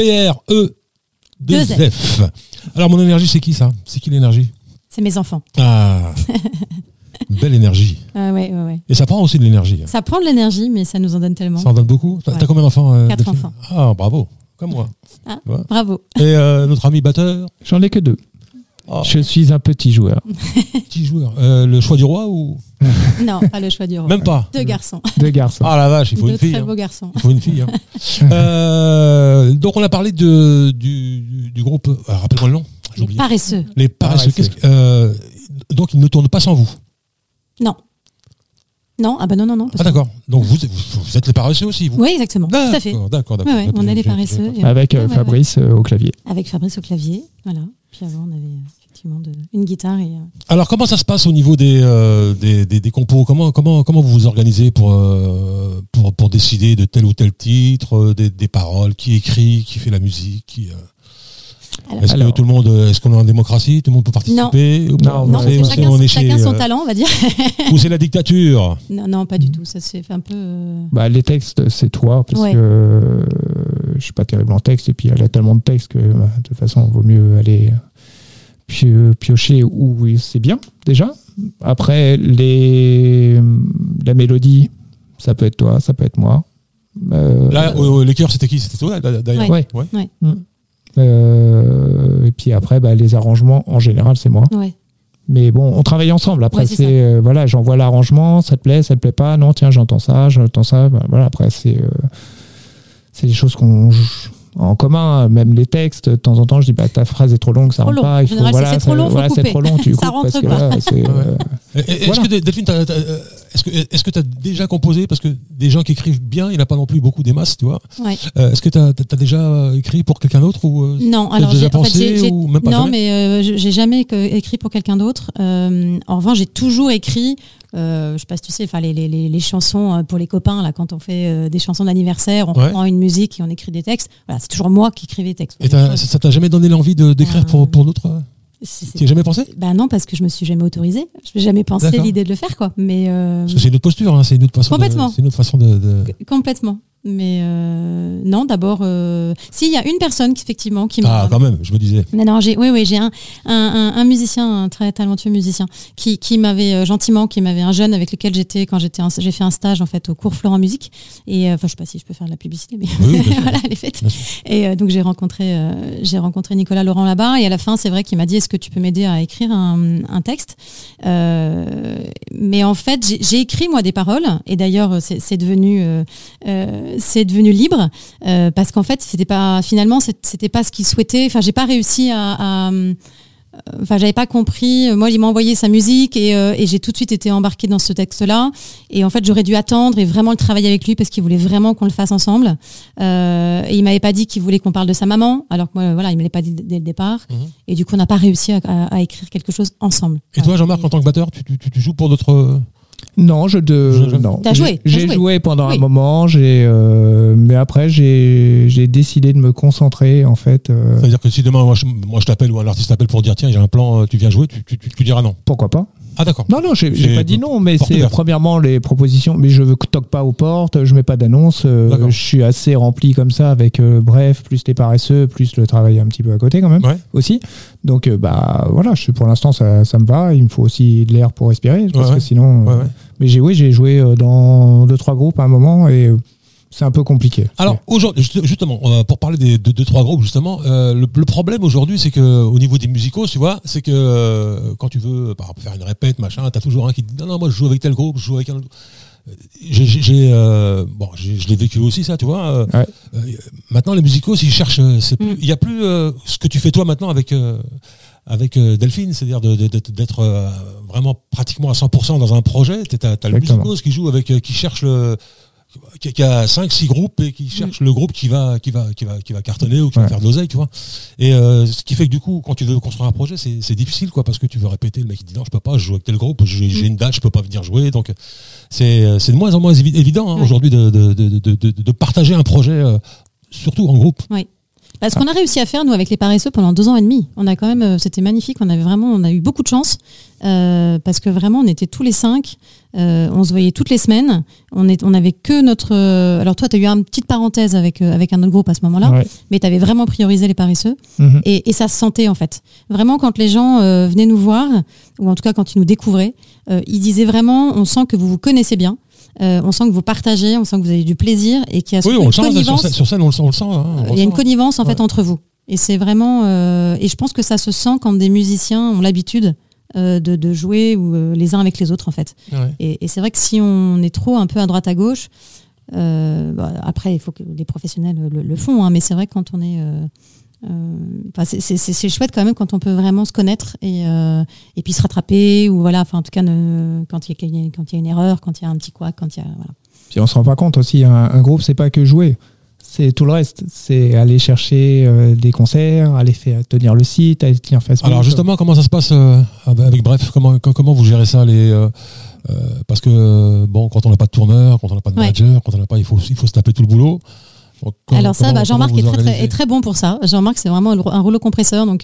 BRE2F. Alors, mon énergie, c'est qui ça? C'est qui l'énergie? C'est mes enfants. Ah, belle énergie. Ouais. Et ça prend aussi de l'énergie. Ça prend de l'énergie, mais ça nous en donne tellement. Ça en donne beaucoup. T'as Ouais. combien d'enfants? 4 Delphine? enfants. Ah, bravo. Comme moi. Ah, Ouais. bravo. Et notre ami batteur, J'en ai que 2. Oh. Je suis un petit joueur. petit joueur. Le choix du roi ou Non, pas le choix du roi. même pas? 2 garçons. 2 garçons. Ah la vache, il faut 2 une fille. très Hein. beaux garçons. Il faut une fille. Hein. Donc on a parlé du groupe. Rappelle-moi le nom. J'ai Les oublié. paresseux. Les paresseux. Paresseux. Donc ils ne tournent pas sans vous. Non. Non, ah bah non. Ah d'accord. Donc vous êtes les paresseux aussi, vous. Oui, exactement. Tout à fait. D'accord. Ouais, on est les paresseux. Et Avec ouais. Fabrice au clavier. Avec Fabrice au clavier, voilà. Puis avant, on avait effectivement une guitare et. Alors comment ça se passe au niveau des compos? Comment vous vous organisez pour décider de tel ou tel titre, des paroles, qui écrit, qui fait la musique, Est-ce que tout le monde, est-ce qu'on est en démocratie, tout le monde peut participer? Non, Non, c'est- parce que chacun son talent, on va dire. Ou c'est la dictature? Non, pas du tout. Ça se fait un peu. Bah, les textes, c'est toi, parce Ouais. que je suis pas terrible en texte, et puis elle a tellement de textes que de toute façon, il vaut mieux aller piocher où c'est bien, déjà. Après, la mélodie, ça peut être toi, ça peut être moi. Là, les chœurs, c'était qui? C'était toi, d'ailleurs? Ouais. Ouais. Et puis après, les arrangements, en général, c'est moi. Ouais. Mais bon, on travaille ensemble. Après, Ouais, c'est c'est voilà, j'envoie l'arrangement, ça te plaît pas. Non, tiens, j'entends ça. Voilà, après, c'est des choses qu'on joue en commun. Même les textes, de temps en temps, je dis ta phrase est trop longue, ça Trop rentre long. pas. En général, si c'est trop long, faut c'est couper. trop long, tu Ça coupes rentre parce que pas. là, c'est Est-ce Voilà. que Delphine, est-ce que tu as déjà composé? Parce que des gens qui écrivent bien, il n'y en a pas non plus beaucoup des masses, tu vois. Ouais. Est-ce que tu as déjà écrit pour quelqu'un d'autre ou Non, t'as alors déjà en fait, pensé ou même pas non, jamais? mais j'ai jamais écrit pour quelqu'un d'autre. En revanche, j'ai toujours écrit. Je sais pas si tu sais, enfin les chansons pour les copains là, quand on fait des chansons d'anniversaire, on Ouais. prend une musique et on écrit des textes. Voilà, c'est toujours moi qui écrivais les textes. Et ça t'a jamais donné l'envie d'écrire pour d'autres? Tu n'y as jamais pensé? Ben non, parce que je me suis jamais autorisée. Je n'ai jamais pensé D'accord. l'idée de le faire, quoi. Mais Parce que c'est une autre posture, hein, c'est une autre façon. Complètement. C'est une autre façon de. Complètement. Mais non, d'abord, si, il y a une personne effectivement qui m'a... Ah, quand même, je me disais. Non, j'ai un musicien, un très talentueux musicien, qui m'avait gentiment, un jeune avec lequel j'ai fait un stage en fait au cours Florent Musique. Et enfin, je sais pas si je peux faire de la publicité, mais oui, voilà, elle est faite. Et donc j'ai rencontré Nicolas Laurent là-bas. Et à la fin, c'est vrai qu'il m'a dit, est-ce que tu peux m'aider à écrire un texte? Mais en fait, j'ai écrit moi des paroles. Et d'ailleurs, c'est devenu libre parce qu'en fait c'était pas ce qu'il souhaitait. Enfin, j'ai pas réussi enfin, j'avais pas compris. Moi, il m'a envoyé sa musique et j'ai tout de suite été embarquée dans ce texte-là. Et en fait, j'aurais dû attendre et vraiment le travailler avec lui parce qu'il voulait vraiment qu'on le fasse ensemble. Et il m'avait pas dit qu'il voulait qu'on parle de sa maman, alors que moi, voilà, il me l'avait pas dit dès le départ. Et du coup, on n'a pas réussi à écrire quelque chose ensemble. Et toi, Jean-Marc, en tant que batteur, tu joues pour d'autres... Non, non. T'as joué. J'ai joué pendant un moment, mais après j'ai décidé de me concentrer en fait. C'est-à-dire que si demain moi je t'appelle ou un artiste t'appelle pour dire tiens, j'ai un plan, tu viens jouer, tu diras non. Pourquoi pas? Ah d'accord. Non, j'ai pas dit non, mais c'est premièrement les propositions. Mais je toque pas aux portes, je mets pas d'annonce. Je suis assez rempli comme ça avec bref, plus les paresseux, plus le travail un petit peu à côté quand même aussi. Donc voilà, pour l'instant ça me va. Il me faut aussi de l'air pour respirer parce que sinon. Mais j'ai joué dans 2-3 groupes à un moment et c'est un peu compliqué. Alors aujourd'hui, justement, pour parler des 2-3 groupes, justement, le problème aujourd'hui, c'est que au niveau des musicos, tu vois, c'est que quand tu veux faire une répète, machin, t'as toujours un qui te dit non, moi je joue avec tel groupe, je joue avec un autre. Je l'ai vécu aussi ça, tu vois. Maintenant, les musicos, ils cherchent, il y a plus ce que tu fais toi maintenant avec Delphine, c'est-à-dire d'être vraiment pratiquement à 100% dans un projet. T'as le musicos qui joue qui cherche qui a 5-6 groupes et qui cherche le groupe qui va cartonner ou qui va faire de l'oseille, tu vois. Et ce qui fait que du coup, quand tu veux construire un projet, c'est difficile, quoi, parce que tu veux répéter. Le mec il dit non, je peux pas, je joue avec tel groupe, j'ai une date, je peux pas venir jouer. Donc c'est de moins en moins évident aujourd'hui de partager un projet, surtout en groupe. Oui. Parce qu'on a réussi à faire, nous, avec les paresseux pendant 2 ans et demi. On a quand même, c'était magnifique. On a eu beaucoup de chance parce que vraiment, on était tous les 5. On se voyait toutes les semaines. On avait que notre. Alors toi, tu as eu une petite parenthèse avec un autre groupe à ce moment-là, mais tu avais vraiment priorisé les paresseux et ça se sentait en fait. Vraiment, quand les gens venaient nous voir, ou en tout cas quand ils nous découvraient, ils disaient vraiment, on sent que vous vous connaissez bien. On sent que vous partagez, on sent que vous avez du plaisir et qu'il y a une connivence. Sur scène, on le sent. Il y a une connivence en fait entre vous. Et c'est vraiment. Et je pense que ça se sent quand des musiciens ont l'habitude de jouer les uns avec les autres en fait. Et c'est vrai que si on est trop un peu à droite à gauche, après il faut que les professionnels le font, mais c'est vrai que quand on est c'est chouette quand même quand on peut vraiment se connaître et puis se rattraper ou voilà, en tout cas quand il y a une erreur, quand il y a un petit couac, quand il y a voilà. Puis on se rend pas compte aussi, un groupe c'est pas que jouer, c'est tout le reste, c'est aller chercher des concerts, aller tenir le site, aller tenir Facebook. Alors justement, comment ça se passe avec Bref, comment vous gérez ça parce que quand on n'a pas de tourneur, quand on n'a pas de manager, quand on n'a pas, il faut se taper tout le boulot. Donc, alors ça, Jean-Marc est très bon pour ça. Jean-Marc, c'est vraiment un rouleau compresseur, donc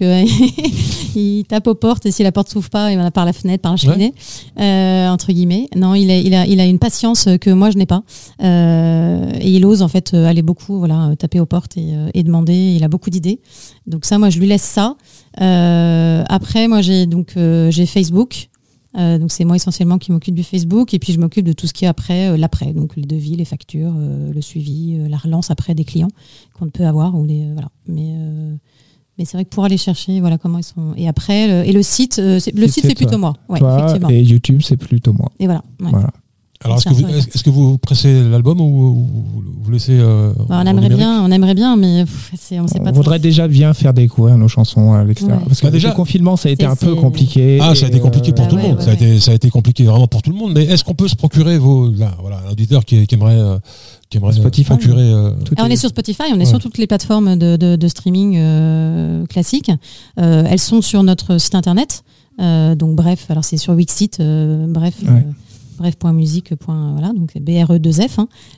il tape aux portes et si la porte s'ouvre pas, il va par la fenêtre, par la cheminée, entre guillemets. Non, il a une patience que moi je n'ai pas, et il ose en fait aller beaucoup, taper aux portes et demander. Il a beaucoup d'idées, donc ça, moi je lui laisse ça. Après, moi j'ai Facebook. Donc c'est moi essentiellement qui m'occupe du Facebook et puis je m'occupe de tout ce qui est après, l'après, donc les devis, les factures, le suivi, la relance après des clients qu'on peut avoir ou voilà. Mais c'est vrai que pour aller chercher, voilà comment ils sont. Et après, le site, c'est plutôt moi. Ouais, effectivement. Et YouTube, c'est plutôt moi. Et voilà. Voilà. Alors est-ce que vous pressez l'album ou vous laissez on aimerait bien, mais on sait pas. On voudrait déjà bien faire découvrir nos chansons à l'extérieur. Parce que déjà le confinement, ça a été un peu compliqué. Ah, ça a été compliqué pour tout le monde. Ça a été compliqué vraiment pour tout le monde. Mais est-ce qu'on peut se procurer un auditeur qui aimerait Spotify, procurer on est sur Spotify, on est sur toutes les plateformes de streaming classiques. Elles sont sur notre site internet. Donc bref, alors c'est sur Wixsite, bref. Bref.musique. Voilà, donc c'est BRE2F.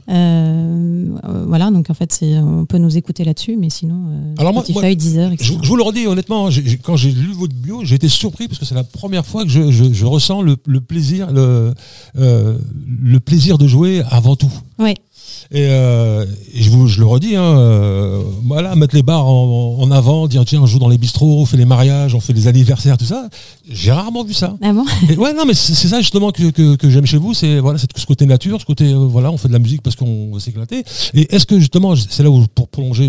Voilà, donc en fait, on peut nous écouter là-dessus, mais sinon, Spotify, Deezer, etc. Je vous le redis honnêtement, quand j'ai lu votre bio, j'ai été surpris parce que c'est la première fois que je ressens le plaisir, le plaisir de jouer avant tout. Oui. Et je le redis, voilà, mettre les bars en avant, dire tiens, on joue dans les bistrots, on fait les mariages, on fait les anniversaires, tout ça. J'ai rarement vu ça. Ah bon? Et ouais, non, mais c'est ça justement que j'aime chez vous, c'est voilà, ce côté nature, ce côté voilà, on fait de la musique parce qu'on veut s'éclater. Et est-ce que justement, c'est là où pour prolonger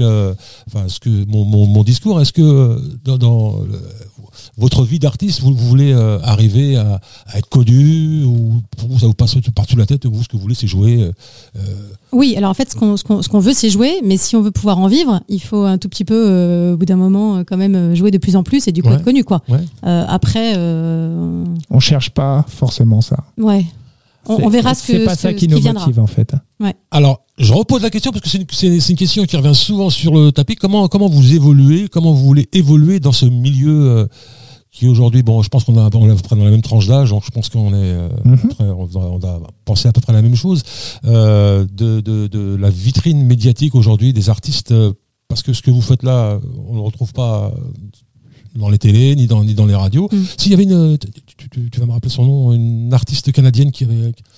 mon discours, est-ce que dans votre vie d'artiste, vous voulez arriver à être connu, ou pour vous ça vous passe par-dessus la tête, vous ce que vous voulez c'est jouer Oui, alors en fait ce qu'on veut c'est jouer, mais si on veut pouvoir en vivre, il faut un tout petit peu au bout d'un moment quand même jouer de plus en plus et du coup être connu quoi. Ouais. Après on cherche pas forcément ça. Ouais. On verra c'est pas ça qui nous motive en fait. Ouais. Alors, je repose la question parce que c'est une question qui revient souvent sur le tapis. Comment vous évoluez, comment vous voulez évoluer dans ce milieu qui aujourd'hui, bon, je pense qu'on est à peu près dans la même tranche d'âge, donc je pense qu'on est, on a pensé à peu près la même chose, de la vitrine médiatique aujourd'hui des artistes, parce que ce que vous faites là, on ne le retrouve pas dans les télés, ni dans les radios. S'il y avait tu vas me rappeler son nom, une artiste canadienne qui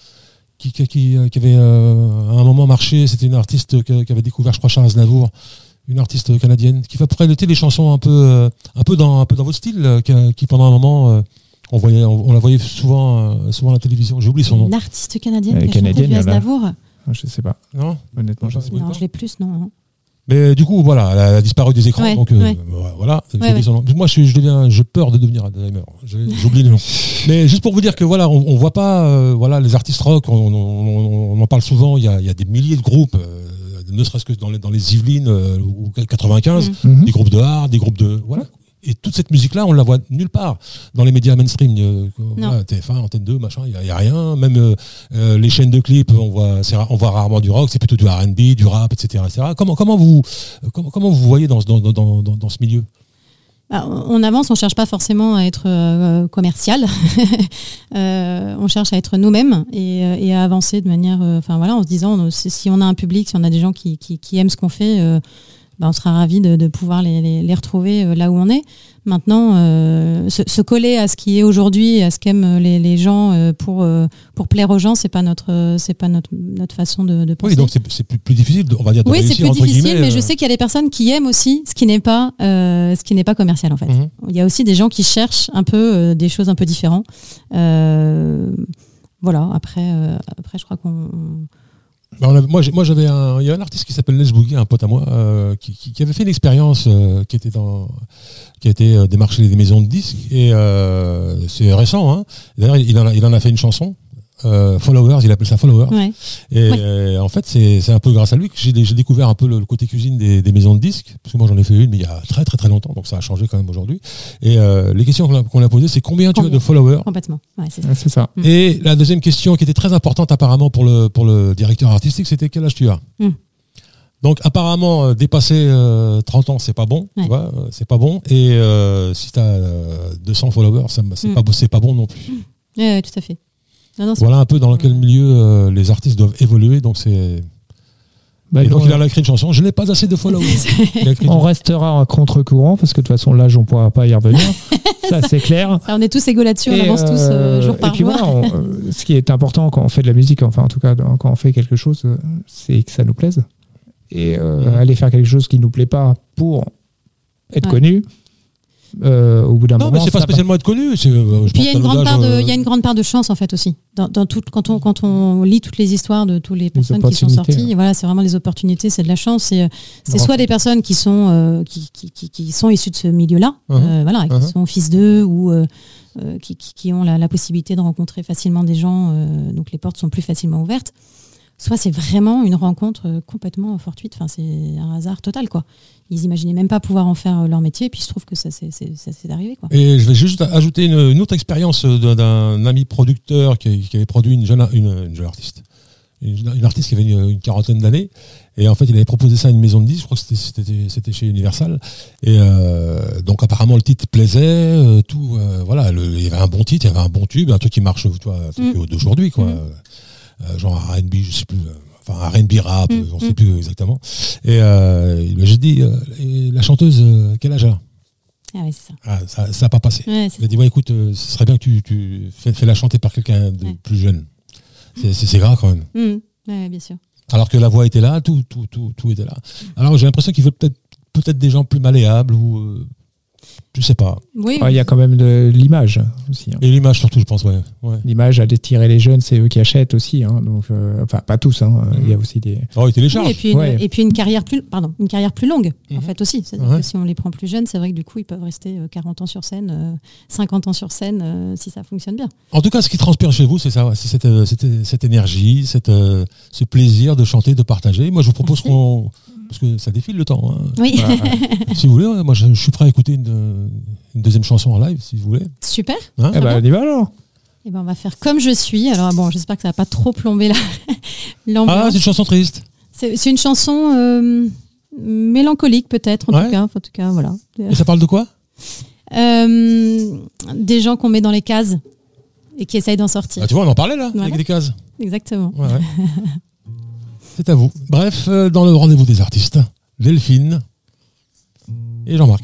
avait à un moment marché, c'était une artiste qui avait découvert, je crois, Charles Aznavour, une artiste canadienne qui fait à peu près des chansons un peu dans votre style, qui pendant un moment on la voyait souvent à la télévision. J'ai oublié son nom. Une artiste canadienne qui a canadienne, chanté du Aznavour. Je sais pas. Non, honnêtement, je sais pas. Non, je l'ai plus, non. Mais du coup, voilà, elle a disparu des écrans, donc voilà, j'ai oublié son nom. Moi, j'ai peur de devenir Alzheimer. J'oublie le nom. Mais juste pour vous dire que voilà, on voit pas, voilà, les artistes rock, on en parle souvent. Il y a des milliers de groupes, ne serait-ce que dans les Yvelines ou 95, des groupes de hard, des groupes de voilà. Et toute cette musique-là, on la voit nulle part dans les médias mainstream. Voilà, TF1, Antenne 2, machin, il y a rien. Même les chaînes de clips, on voit rarement du rock, c'est plutôt du R&B, du rap, etc., etc. Comment vous voyez dans ce milieu? On avance, on cherche pas forcément à être commercial. On cherche à être nous-mêmes et à avancer de manière, en se disant si on a un public, si on a des gens qui aiment ce qu'on fait. On sera ravis de pouvoir les retrouver là où on est. Maintenant, se coller à ce qui est aujourd'hui, à ce qu'aiment les gens pour plaire aux gens, c'est pas notre façon de penser. Oui, donc c'est plus difficile, on va dire, de réussir, c'est plus entre difficile, guillemets, mais je sais qu'il y a des personnes qui aiment aussi ce qui n'est pas commercial en fait. Il y a aussi des gens qui cherchent un peu des choses un peu différentes. Voilà. Après, je crois qu'on moi, il y a un artiste qui s'appelle Les Boogie, un pote à moi, qui avait fait une expérience qui a été démarcher des maisons de disques, et c'est récent, hein. D'ailleurs, il en a fait une chanson, Followers, il appelle ça Followers. Ouais. Et en fait, c'est un peu grâce à lui que j'ai découvert un peu le côté cuisine des maisons de disques, parce que moi j'en ai fait une, mais il y a très très très longtemps, donc ça a changé quand même aujourd'hui. Et les questions qu'on a posées, c'est combien tu as de followers? Complètement. Ouais, c'est ça. Et la deuxième question qui était très importante apparemment pour le directeur artistique, c'était quel âge tu as? Donc apparemment dépasser 30 ans c'est pas bon, tu vois, c'est pas bon. Et si tu as 200 followers, c'est pas bon non plus. Ouais, tout à fait. Non, voilà un peu dans quel milieu les artistes doivent évoluer. Donc c'est. Et donc il a écrit une chanson. Je n'ai pas assez de followers. On restera à contre-courant parce que de toute façon l'âge on pourra pas y revenir. Ça c'est clair. Ça, on est tous égaux là-dessus. On avance tous jour par jour. Voilà, ce qui est important quand on fait de la musique, enfin en tout cas quand on fait quelque chose, c'est que ça nous plaise. Et aller faire quelque chose qui nous plaît pas pour être connu. Au bout d'un moment, mais c'est pas spécialement être connu. Puis il y a une grande part de chance en fait aussi. Quand on lit toutes les histoires de toutes les personnes qui sont sorties, voilà, c'est vraiment des opportunités, c'est de la chance. C'est soit des personnes qui sont issues de ce milieu-là, voilà, qui sont fils d'eux ou qui ont la possibilité de rencontrer facilement des gens, donc les portes sont plus facilement ouvertes. Soit c'est vraiment une rencontre complètement fortuite. Enfin, c'est un hasard total, quoi. Ils imaginaient même pas pouvoir en faire leur métier, et puis il se trouve que ça s'est arrivé, quoi. Et je vais juste ajouter une autre expérience d'un ami producteur qui avait produit une jeune artiste. Une artiste qui avait une quarantaine d'années. Et en fait, il avait proposé ça à une maison de disques. Je crois que c'était chez Universal. Et donc apparemment, le titre plaisait. Voilà, il y avait un bon titre, il y avait un bon tube, un truc qui marche, d'aujourd'hui, quoi. Genre R&B, je sais plus, enfin R&B rap, on sait plus exactement. Et j'ai dit, la chanteuse, quel âge elle a? Ah oui, c'est ça. Ça a pas passé. Ouais, il a dit, écoute, ce serait bien que tu fais la chanter par quelqu'un de plus jeune. C'est grave quand même. Ouais, bien sûr. Alors que la voix était là, tout était là. Alors j'ai l'impression qu'il veut peut-être des gens plus malléables ou je sais pas. Oui. Il y a quand même de l'image aussi. Et l'image surtout, je pense, ouais. L'image à détirer les jeunes, c'est eux qui achètent aussi. Donc, enfin, pas tous. Il y a aussi des. Oh, ils téléchargent. Oui, et puis une carrière plus longue, en fait aussi. C'est-à-dire que si on les prend plus jeunes, c'est vrai que du coup, ils peuvent rester 40 ans sur scène, 50 ans sur scène, si ça fonctionne bien. En tout cas, ce qui transpire chez vous, c'est ça, c'est cette énergie, ce plaisir de chanter, de partager. Moi, je vous propose parce que ça défile le temps. Oui. Si vous voulez, moi je suis prêt à écouter une deuxième chanson en live, si vous voulez. Super. On y va alors. Et on va faire Comme je suis. Alors bon, j'espère que ça va pas trop plomber l'ambiance. Ah, c'est une chanson triste. C'est une chanson mélancolique peut-être, en tout cas, voilà. Et ça parle de quoi? Des gens qu'on met dans les cases et qui essayent d'en sortir. Ah, tu vois, on en parlait là, avec des cases. Exactement. Ouais. C'est à vous. Bref, dans le rendez-vous des artistes, Delphine et Jean-Marc.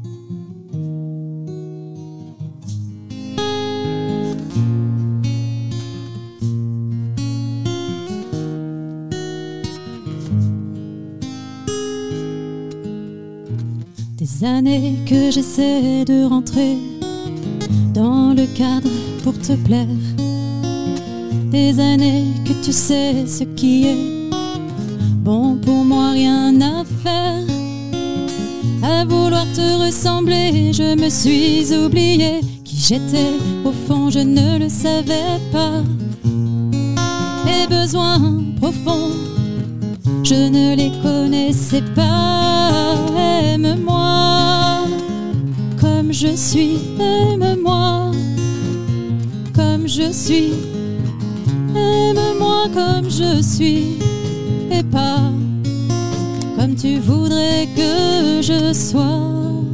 Des années que j'essaie de rentrer dans le cadre pour te plaire. Des années que tu sais ce qui est bon pour moi, rien à faire. À vouloir te ressembler, je me suis oubliée. Qui j'étais, au fond, je ne le savais pas. Mes besoins profonds, je ne les connaissais pas. Aime-moi comme je suis, aime-moi comme je suis. Aime-moi comme je suis et pas comme tu voudrais que je sois.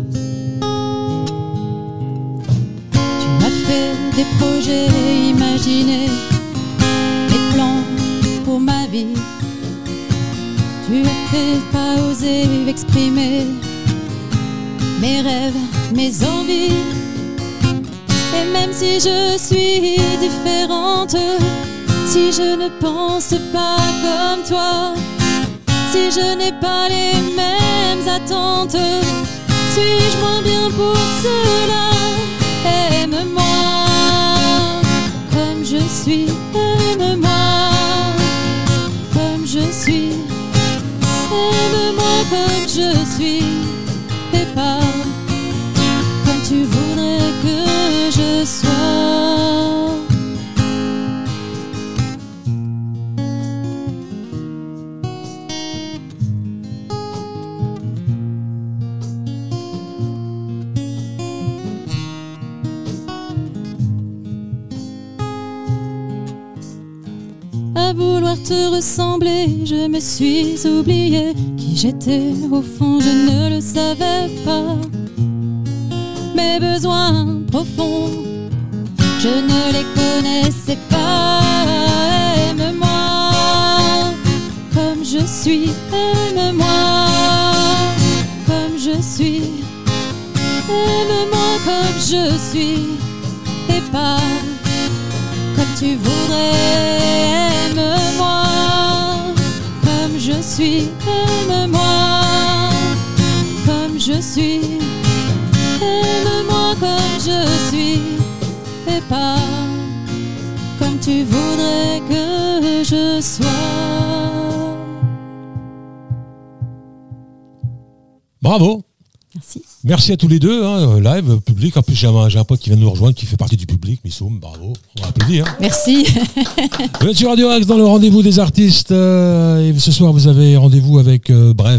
Tu m'as fait des projets imaginés, des plans pour ma vie. Tu as fait pas oser exprimer mes rêves, mes envies. Et même si je suis différente, si je ne pense pas comme toi, si je n'ai pas les mêmes attentes, suis-je moins bien pour cela? Aime-moi comme je suis, aime-moi comme je suis, aime-moi comme je suis, et pas comme tu voudrais que je sois. À vouloir te ressembler, je me suis oubliée. Qui j'étais, au fond, je ne le savais pas. Mes besoins profonds, je ne les connaissais pas. Aime-moi comme je suis, aime-moi comme je suis. Aime-moi comme je suis, et pas comme tu voudrais. Aime-moi comme je suis, aime-moi comme je suis. Aime-moi comme je suis, et pas comme tu voudrais que je sois. Bravo. Merci. Merci à tous les deux, live, public. En plus, j'ai un pote qui vient de nous rejoindre, qui fait partie du public, Missoum, bravo, on va applaudir. Merci. Vous êtes sur Radio Axe dans le rendez-vous des artistes. Et ce soir, vous avez rendez-vous avec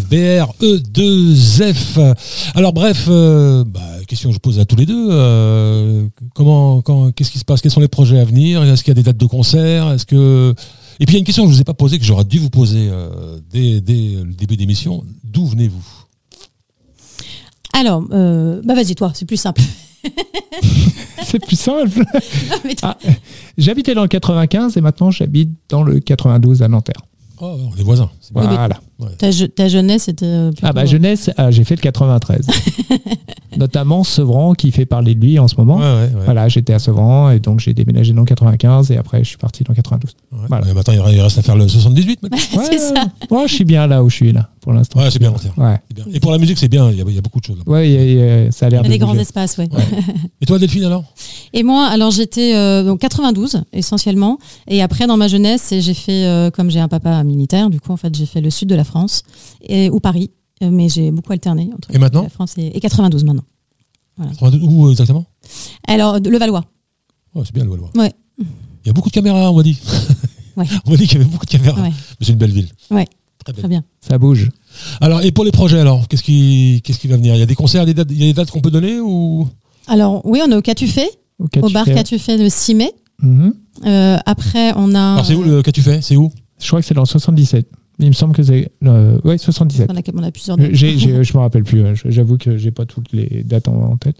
BRE2F. Alors bref, question que je pose à tous les deux. Qu'est-ce qui se passe? Quels sont les projets à venir? Est-ce qu'il y a des dates de concert? Et puis il y a une question que je ne vous ai pas posée, que j'aurais dû vous poser dès le début d'émission. D'où venez-vous? Alors, vas-y toi, c'est plus simple. C'est plus simple. J'habitais dans le 95 et maintenant j'habite dans le 92 à Nanterre. Oh, on est voisins. C'est bien. Voilà. Ta jeunesse était. Jeunesse, j'ai fait le 93. Notamment Sevran qui fait parler de lui en ce moment. Ouais. Voilà, j'étais à Sevran et donc j'ai déménagé dans le 95 et après je suis parti dans le 92. Ouais. Voilà. Mais maintenant, il reste à faire le 78 maintenant. C'est ça. Moi, je suis bien là où je suis là pour l'instant. Ouais, c'est bien l'entière. Ouais. C'est bien. Et pour la musique, c'est bien. Il y a beaucoup de choses là. Ouais, ça a l'air Il y de a des grands bouger. espaces, ouais. Et toi, Delphine, alors? Et moi, alors j'étais donc 92 essentiellement, et après dans ma jeunesse, j'ai fait comme j'ai un papa militaire, du coup en fait j'ai fait le sud de la France ou Paris, mais j'ai beaucoup alterné entre Et maintenant la France et 92 maintenant. 92, où exactement? Alors le Valois. Oh, c'est bien le Valois. Ouais. Il y a beaucoup de caméras, on m'a dit. Ouais. On m'a dit qu'il y avait beaucoup de caméras. Ouais. Mais c'est une belle ville. Ouais. Très belle. Très bien. Ça bouge. Alors, et pour les projets, alors, qu'est-ce qui va venir? Il y a des concerts, il y a des dates qu'on peut donner ou? Alors oui, on est au Qu'as-tu fait, au bar Qu'as-tu fait le 6 mai. Mhm. Après on a. Alors, c'est où le Qu'as-tu fait? C'est où? Je crois que c'est dans le 77. Il me semble que c'est. Ouais, 77. On a plusieurs dates. Je me rappelle plus. J'avoue que j'ai pas toutes les dates en tête.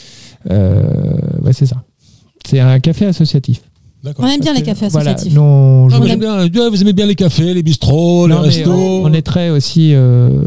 Ouais, c'est ça. C'est un café associatif. D'accord. On aime bien les cafés Voilà, associatifs. non, Ah, On vous, aime- aimez bien, vous aimez bien les cafés, les bistrots, les Non, mais restos. on est très aussi.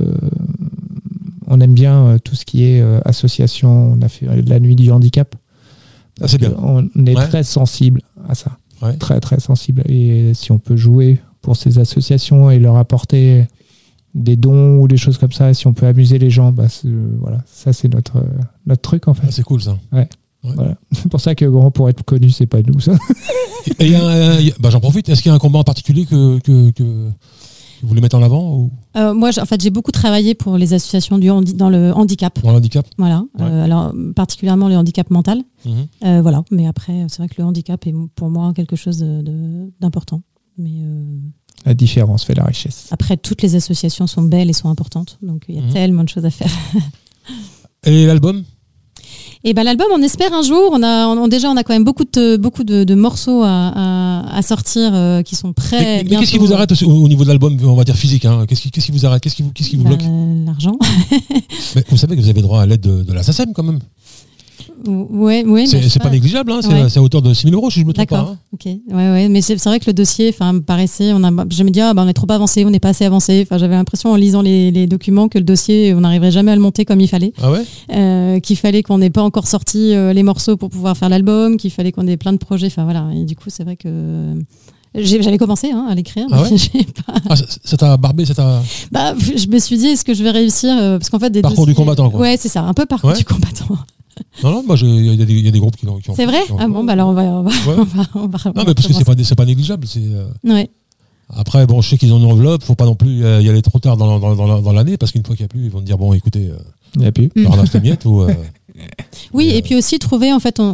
On aime bien tout ce qui est association. On a fait la nuit du handicap. Ah, c'est bien. On est Ouais. très sensible à ça. Ouais. Très, très sensible. Et si on peut jouer pour ces associations et leur apporter des dons ou des choses comme ça, si on peut amuser les gens, voilà, ça c'est notre truc en fait. Ah, c'est cool ça. Voilà. C'est pour ça que grand, pour être connu, c'est pas nous ça. Et j'en profite. Est-ce qu'il y a un combat en particulier que vous voulez mettre en avant ou Moi, j'ai beaucoup travaillé pour les associations dans le handicap. dans le handicap? Voilà. Ouais. Alors particulièrement le handicap mental. Mhm. Voilà. Mais après, c'est vrai que le handicap est pour moi quelque chose d'important. Mais La différence fait la richesse. après, toutes les associations sont belles et sont importantes. Donc il y a Mhm. tellement de choses à faire. Et l'album? Et ben l'album, on espère un jour. On a quand même beaucoup de morceaux à sortir qui sont prêts. Mais qu'est-ce qui vous arrête au niveau de l'album, on va dire physique, hein? Qu'est-ce qui vous arrête? Qu'est-ce qui vous bloque? L'argent. Mais vous savez que vous avez droit à l'aide de la SACEM quand même. Ouais, C'est pas négligeable, hein? Ouais. C'est à hauteur de 6 000 €, si je me trompe pas. D'accord. Hein. Ok. Ouais. Mais c'est vrai que le dossier, me paraissait. Je me dis, on est trop avancé, on n'est pas assez avancé. J'avais l'impression en lisant les documents que le dossier, on n'arriverait jamais à le monter comme il fallait. Ah ouais? Qu'il fallait qu'on n'ait pas encore sorti les morceaux pour pouvoir faire l'album, qu'il fallait qu'on ait plein de projets. Voilà. Et du coup, c'est vrai que j'avais commencé à l'écrire. Ah ouais? Mais j'ai pas... Ah, ça t'a barbé, ça t'a. je me suis dit, est-ce que je vais réussir parce qu'en fait, des Parcours du combattant, quoi. Ouais, c'est ça, un peu parcours Ouais. du combattant. Non, moi, il y a des groupes qui ont. C'est vrai? Ah bon, alors on va. Ouais. On va Non, mais parce que c'est pas négligeable. Ouais. Après, bon, je sais qu'ils ont une enveloppe, faut pas non plus y aller trop tard dans l'année, parce qu'une fois qu'il n'y a plus, ils vont te dire, bon, écoutez, Il n'y a plus. leur lâche ta miette ou. Oui, et puis aussi trouver, en fait,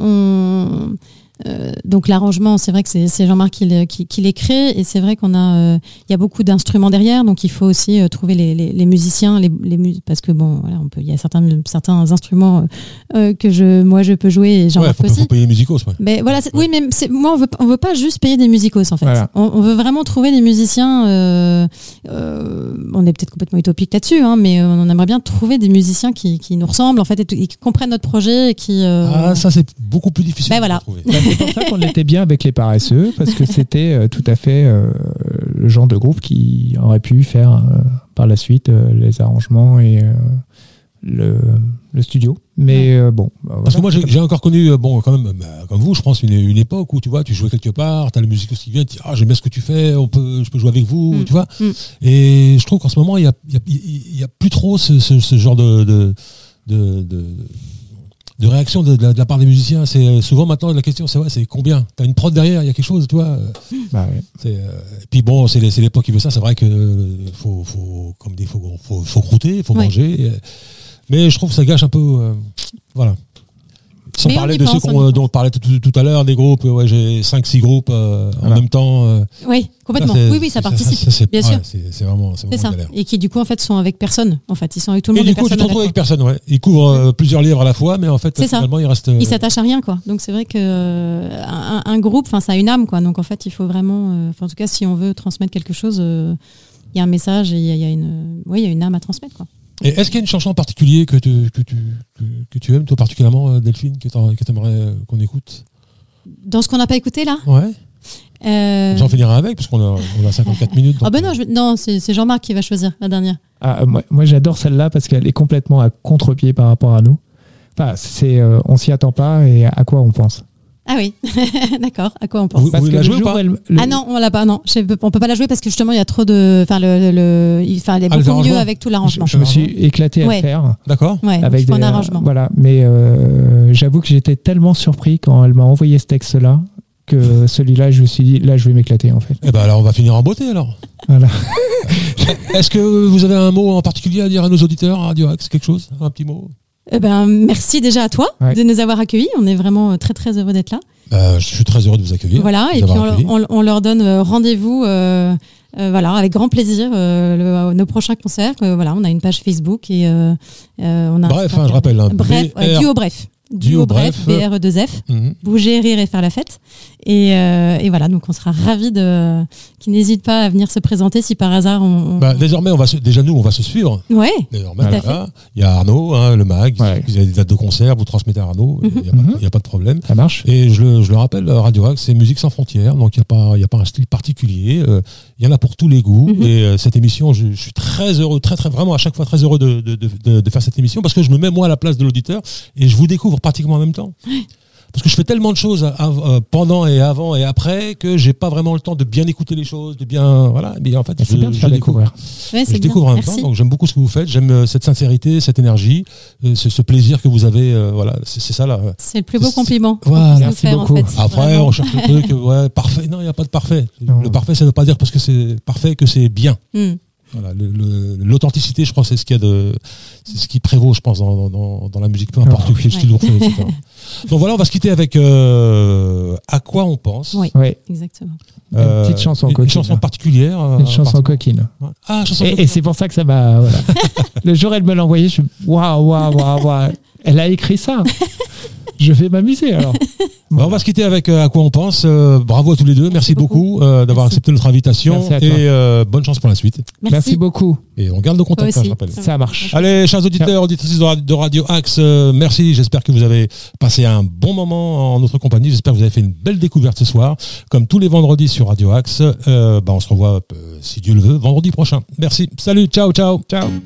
donc l'arrangement, c'est vrai que c'est Jean-Marc qui l'écrit, et c'est vrai qu'on a, il y a beaucoup d'instruments derrière, donc il faut aussi trouver les musiciens, parce que bon, voilà, il y a certains instruments que je peux jouer et Jean-Marc faut aussi. payer les musicos, ouais. Mais voilà, oui, mais moi on veut pas juste payer des musicos en fait. Voilà. On veut vraiment trouver des musiciens. On est peut-être complètement utopique là-dessus, hein, mais on aimerait bien trouver des musiciens qui nous ressemblent en fait et qui comprennent notre projet et qui. Ah, ça, c'est beaucoup plus difficile Ben à voilà. trouver. C'est pour ça qu'on était bien avec les paresseux, parce que c'était tout à fait le genre de groupe qui aurait pu faire par la suite les arrangements et le studio. Mais bon. Parce que moi, j'ai encore connu, quand même, comme vous, je pense, une époque où, tu vois, tu jouais quelque part, t'as le musicos qui vient, tu dis, ah, j'aime bien ce que tu fais, je peux jouer avec vous, tu vois. Et je trouve qu'en ce moment, il y a plus trop ce genre de réaction de la part des musiciens. C'est souvent maintenant la question, c'est combien? T'as une prod derrière, il y a quelque chose, tu vois. Bah, ouais. Et puis bon, c'est l'époque qui veut ça. C'est vrai que faut croûter, il faut Ouais. manger. Mais je trouve que ça gâche un peu, voilà. Sans Mais parler on y de pense, ceux on y dont on parlait tout à l'heure, des groupes. Ouais, j'ai 5-6 groupes en Voilà. même temps. Oui, complètement. Oui, ça participe. Bien sûr. C'est vraiment C'est ça. galère. Et qui du coup en fait sont avec personne. En fait, ils sont avec tout le Et monde. du et coup, tu personne te à la retrouves fois. avec personne. Ouais. Ils couvrent plusieurs livres à la fois, mais en fait, C'est ça. finalement, il reste. Ils s'attachent à rien, quoi. Donc c'est vrai que un groupe, ça a une âme, quoi. Donc en fait, il faut vraiment, en tout cas, si on veut transmettre quelque chose, il y a un message et il y a une âme à transmettre, quoi. Et est-ce qu'il y a une chanson en particulier que tu aimes, toi particulièrement, Delphine, que tu aimerais qu'on écoute? Dans ce qu'on n'a pas écouté là, Ouais. J'en finirai avec, parce qu'on a 54 minutes. Ah ben non, c'est Jean-Marc qui va choisir la dernière. Moi j'adore celle-là parce qu'elle est complètement à contre-pied par rapport à nous. Enfin, on s'y attend pas et à quoi on pense. Ah oui, d'accord. À quoi on pense? Vous la jouez ou pas? Ah non, on l'a pas. Non, on peut pas la jouer parce que justement il y a trop de. Enfin, elle est beaucoup mieux avec tout l'arrangement. Je me suis éclaté à le faire. D'accord. Ouais, avec un arrangement. Voilà, mais j'avoue que j'étais tellement surpris quand elle m'a envoyé ce texte-là que celui-là, je me suis dit, là, je vais m'éclater en fait. Eh ben alors, on va finir en beauté alors. Voilà. Est-ce que vous avez un mot en particulier à dire à nos auditeurs, à Radio Axe, quelque chose, un petit mot? Merci déjà à toi de nous avoir accueillis. On est vraiment très très heureux d'être là. Je suis très heureux de vous accueillir. Voilà, et puis on leur donne rendez-vous avec grand plaisir nos prochains concerts. Voilà, on a une page Facebook et on a. Bref, je rappelle. Duo Bref, BRE2F, bouger, rire et faire la fête. Et voilà, donc on sera ravis qu'ils n'hésitent pas à venir se présenter si par hasard désormais, on va se suivre. Ouais. Désormais, il y a Arnaud, le mag, vous avez des dates de concert, vous transmettez à Arnaud, il n'y a pas de problème. Ça marche. Et je le rappelle, Radio Axe, c'est musique sans frontières, donc il n'y a pas un style particulier, il y en a pour tous les goûts. Et cette émission, je suis très heureux, vraiment à chaque fois très heureux de faire cette émission, parce que je me mets moi à la place de l'auditeur et je vous découvre pratiquement en même temps. Parce que je fais tellement de choses pendant et avant et après que j'ai pas vraiment le temps de bien écouter les choses, de bien voilà. Mais en fait, c'est bien de faire découvrir. Ouais, je découvre en même temps. Donc j'aime beaucoup ce que vous faites. J'aime cette sincérité, cette énergie, ce plaisir que vous avez. Voilà, c'est ça là. C'est le plus beau compliment. Voilà, merci beaucoup. En fait, après, vraiment. on cherche le truc parfait. Non, il n'y a pas de parfait. Non. Le parfait, ça ne veut pas dire parce que c'est parfait que c'est bien. Voilà, l'authenticité, je crois, c'est ce ce qui prévaut, je pense, dans la musique, peu importe quel style on fait, etc. Donc voilà, on va se quitter avec À quoi on pense. Oui, exactement. Une petite chanson coquine. Une chanson particulière. Une chanson coquine. Ah, chanson coquine. Et c'est pour ça que ça m'a. Voilà. Le jour où elle me l'a envoyé, je suis waouh. Elle a écrit ça. Je vais m'amuser alors. On va se quitter avec À quoi on pense. Bravo à tous les deux. Merci beaucoup d'avoir accepté notre invitation. Et bonne chance pour la suite. Merci beaucoup. Et on garde le contact, je rappelle. Ça marche. Allez, chers auditeurs, auditrices de Radio Axe, merci. J'espère que vous avez passé un bon moment en notre compagnie. J'espère que vous avez fait une belle découverte ce soir. Comme tous les vendredis sur Radio Axe, on se revoit, si Dieu le veut, vendredi prochain. Merci. Salut. Ciao. Ciao.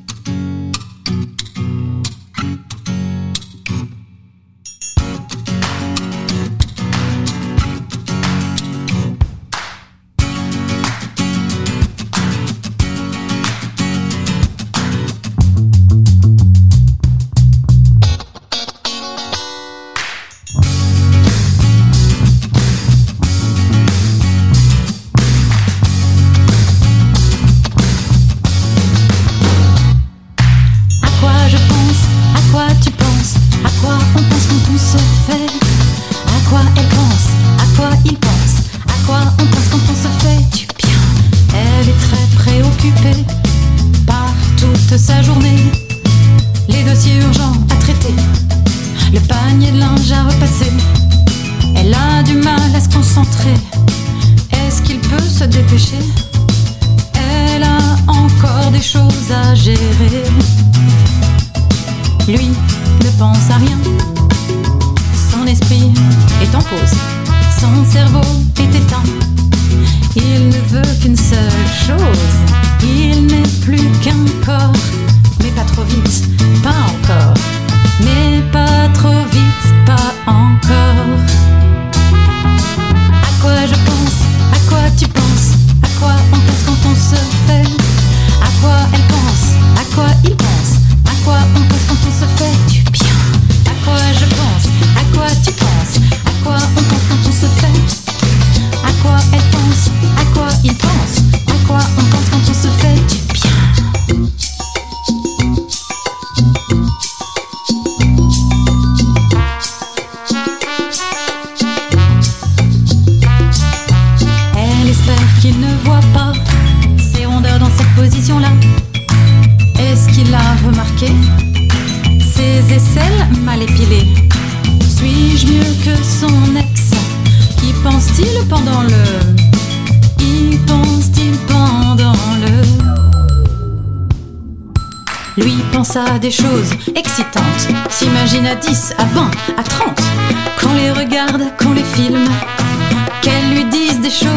À des choses excitantes, s'imagine à 10, à 20, à 30, qu'on les regarde, qu'on les filme, qu'elles lui disent des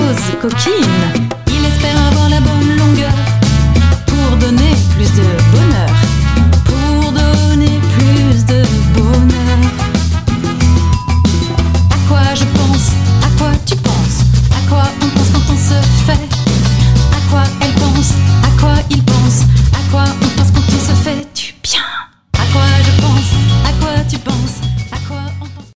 dose coquine.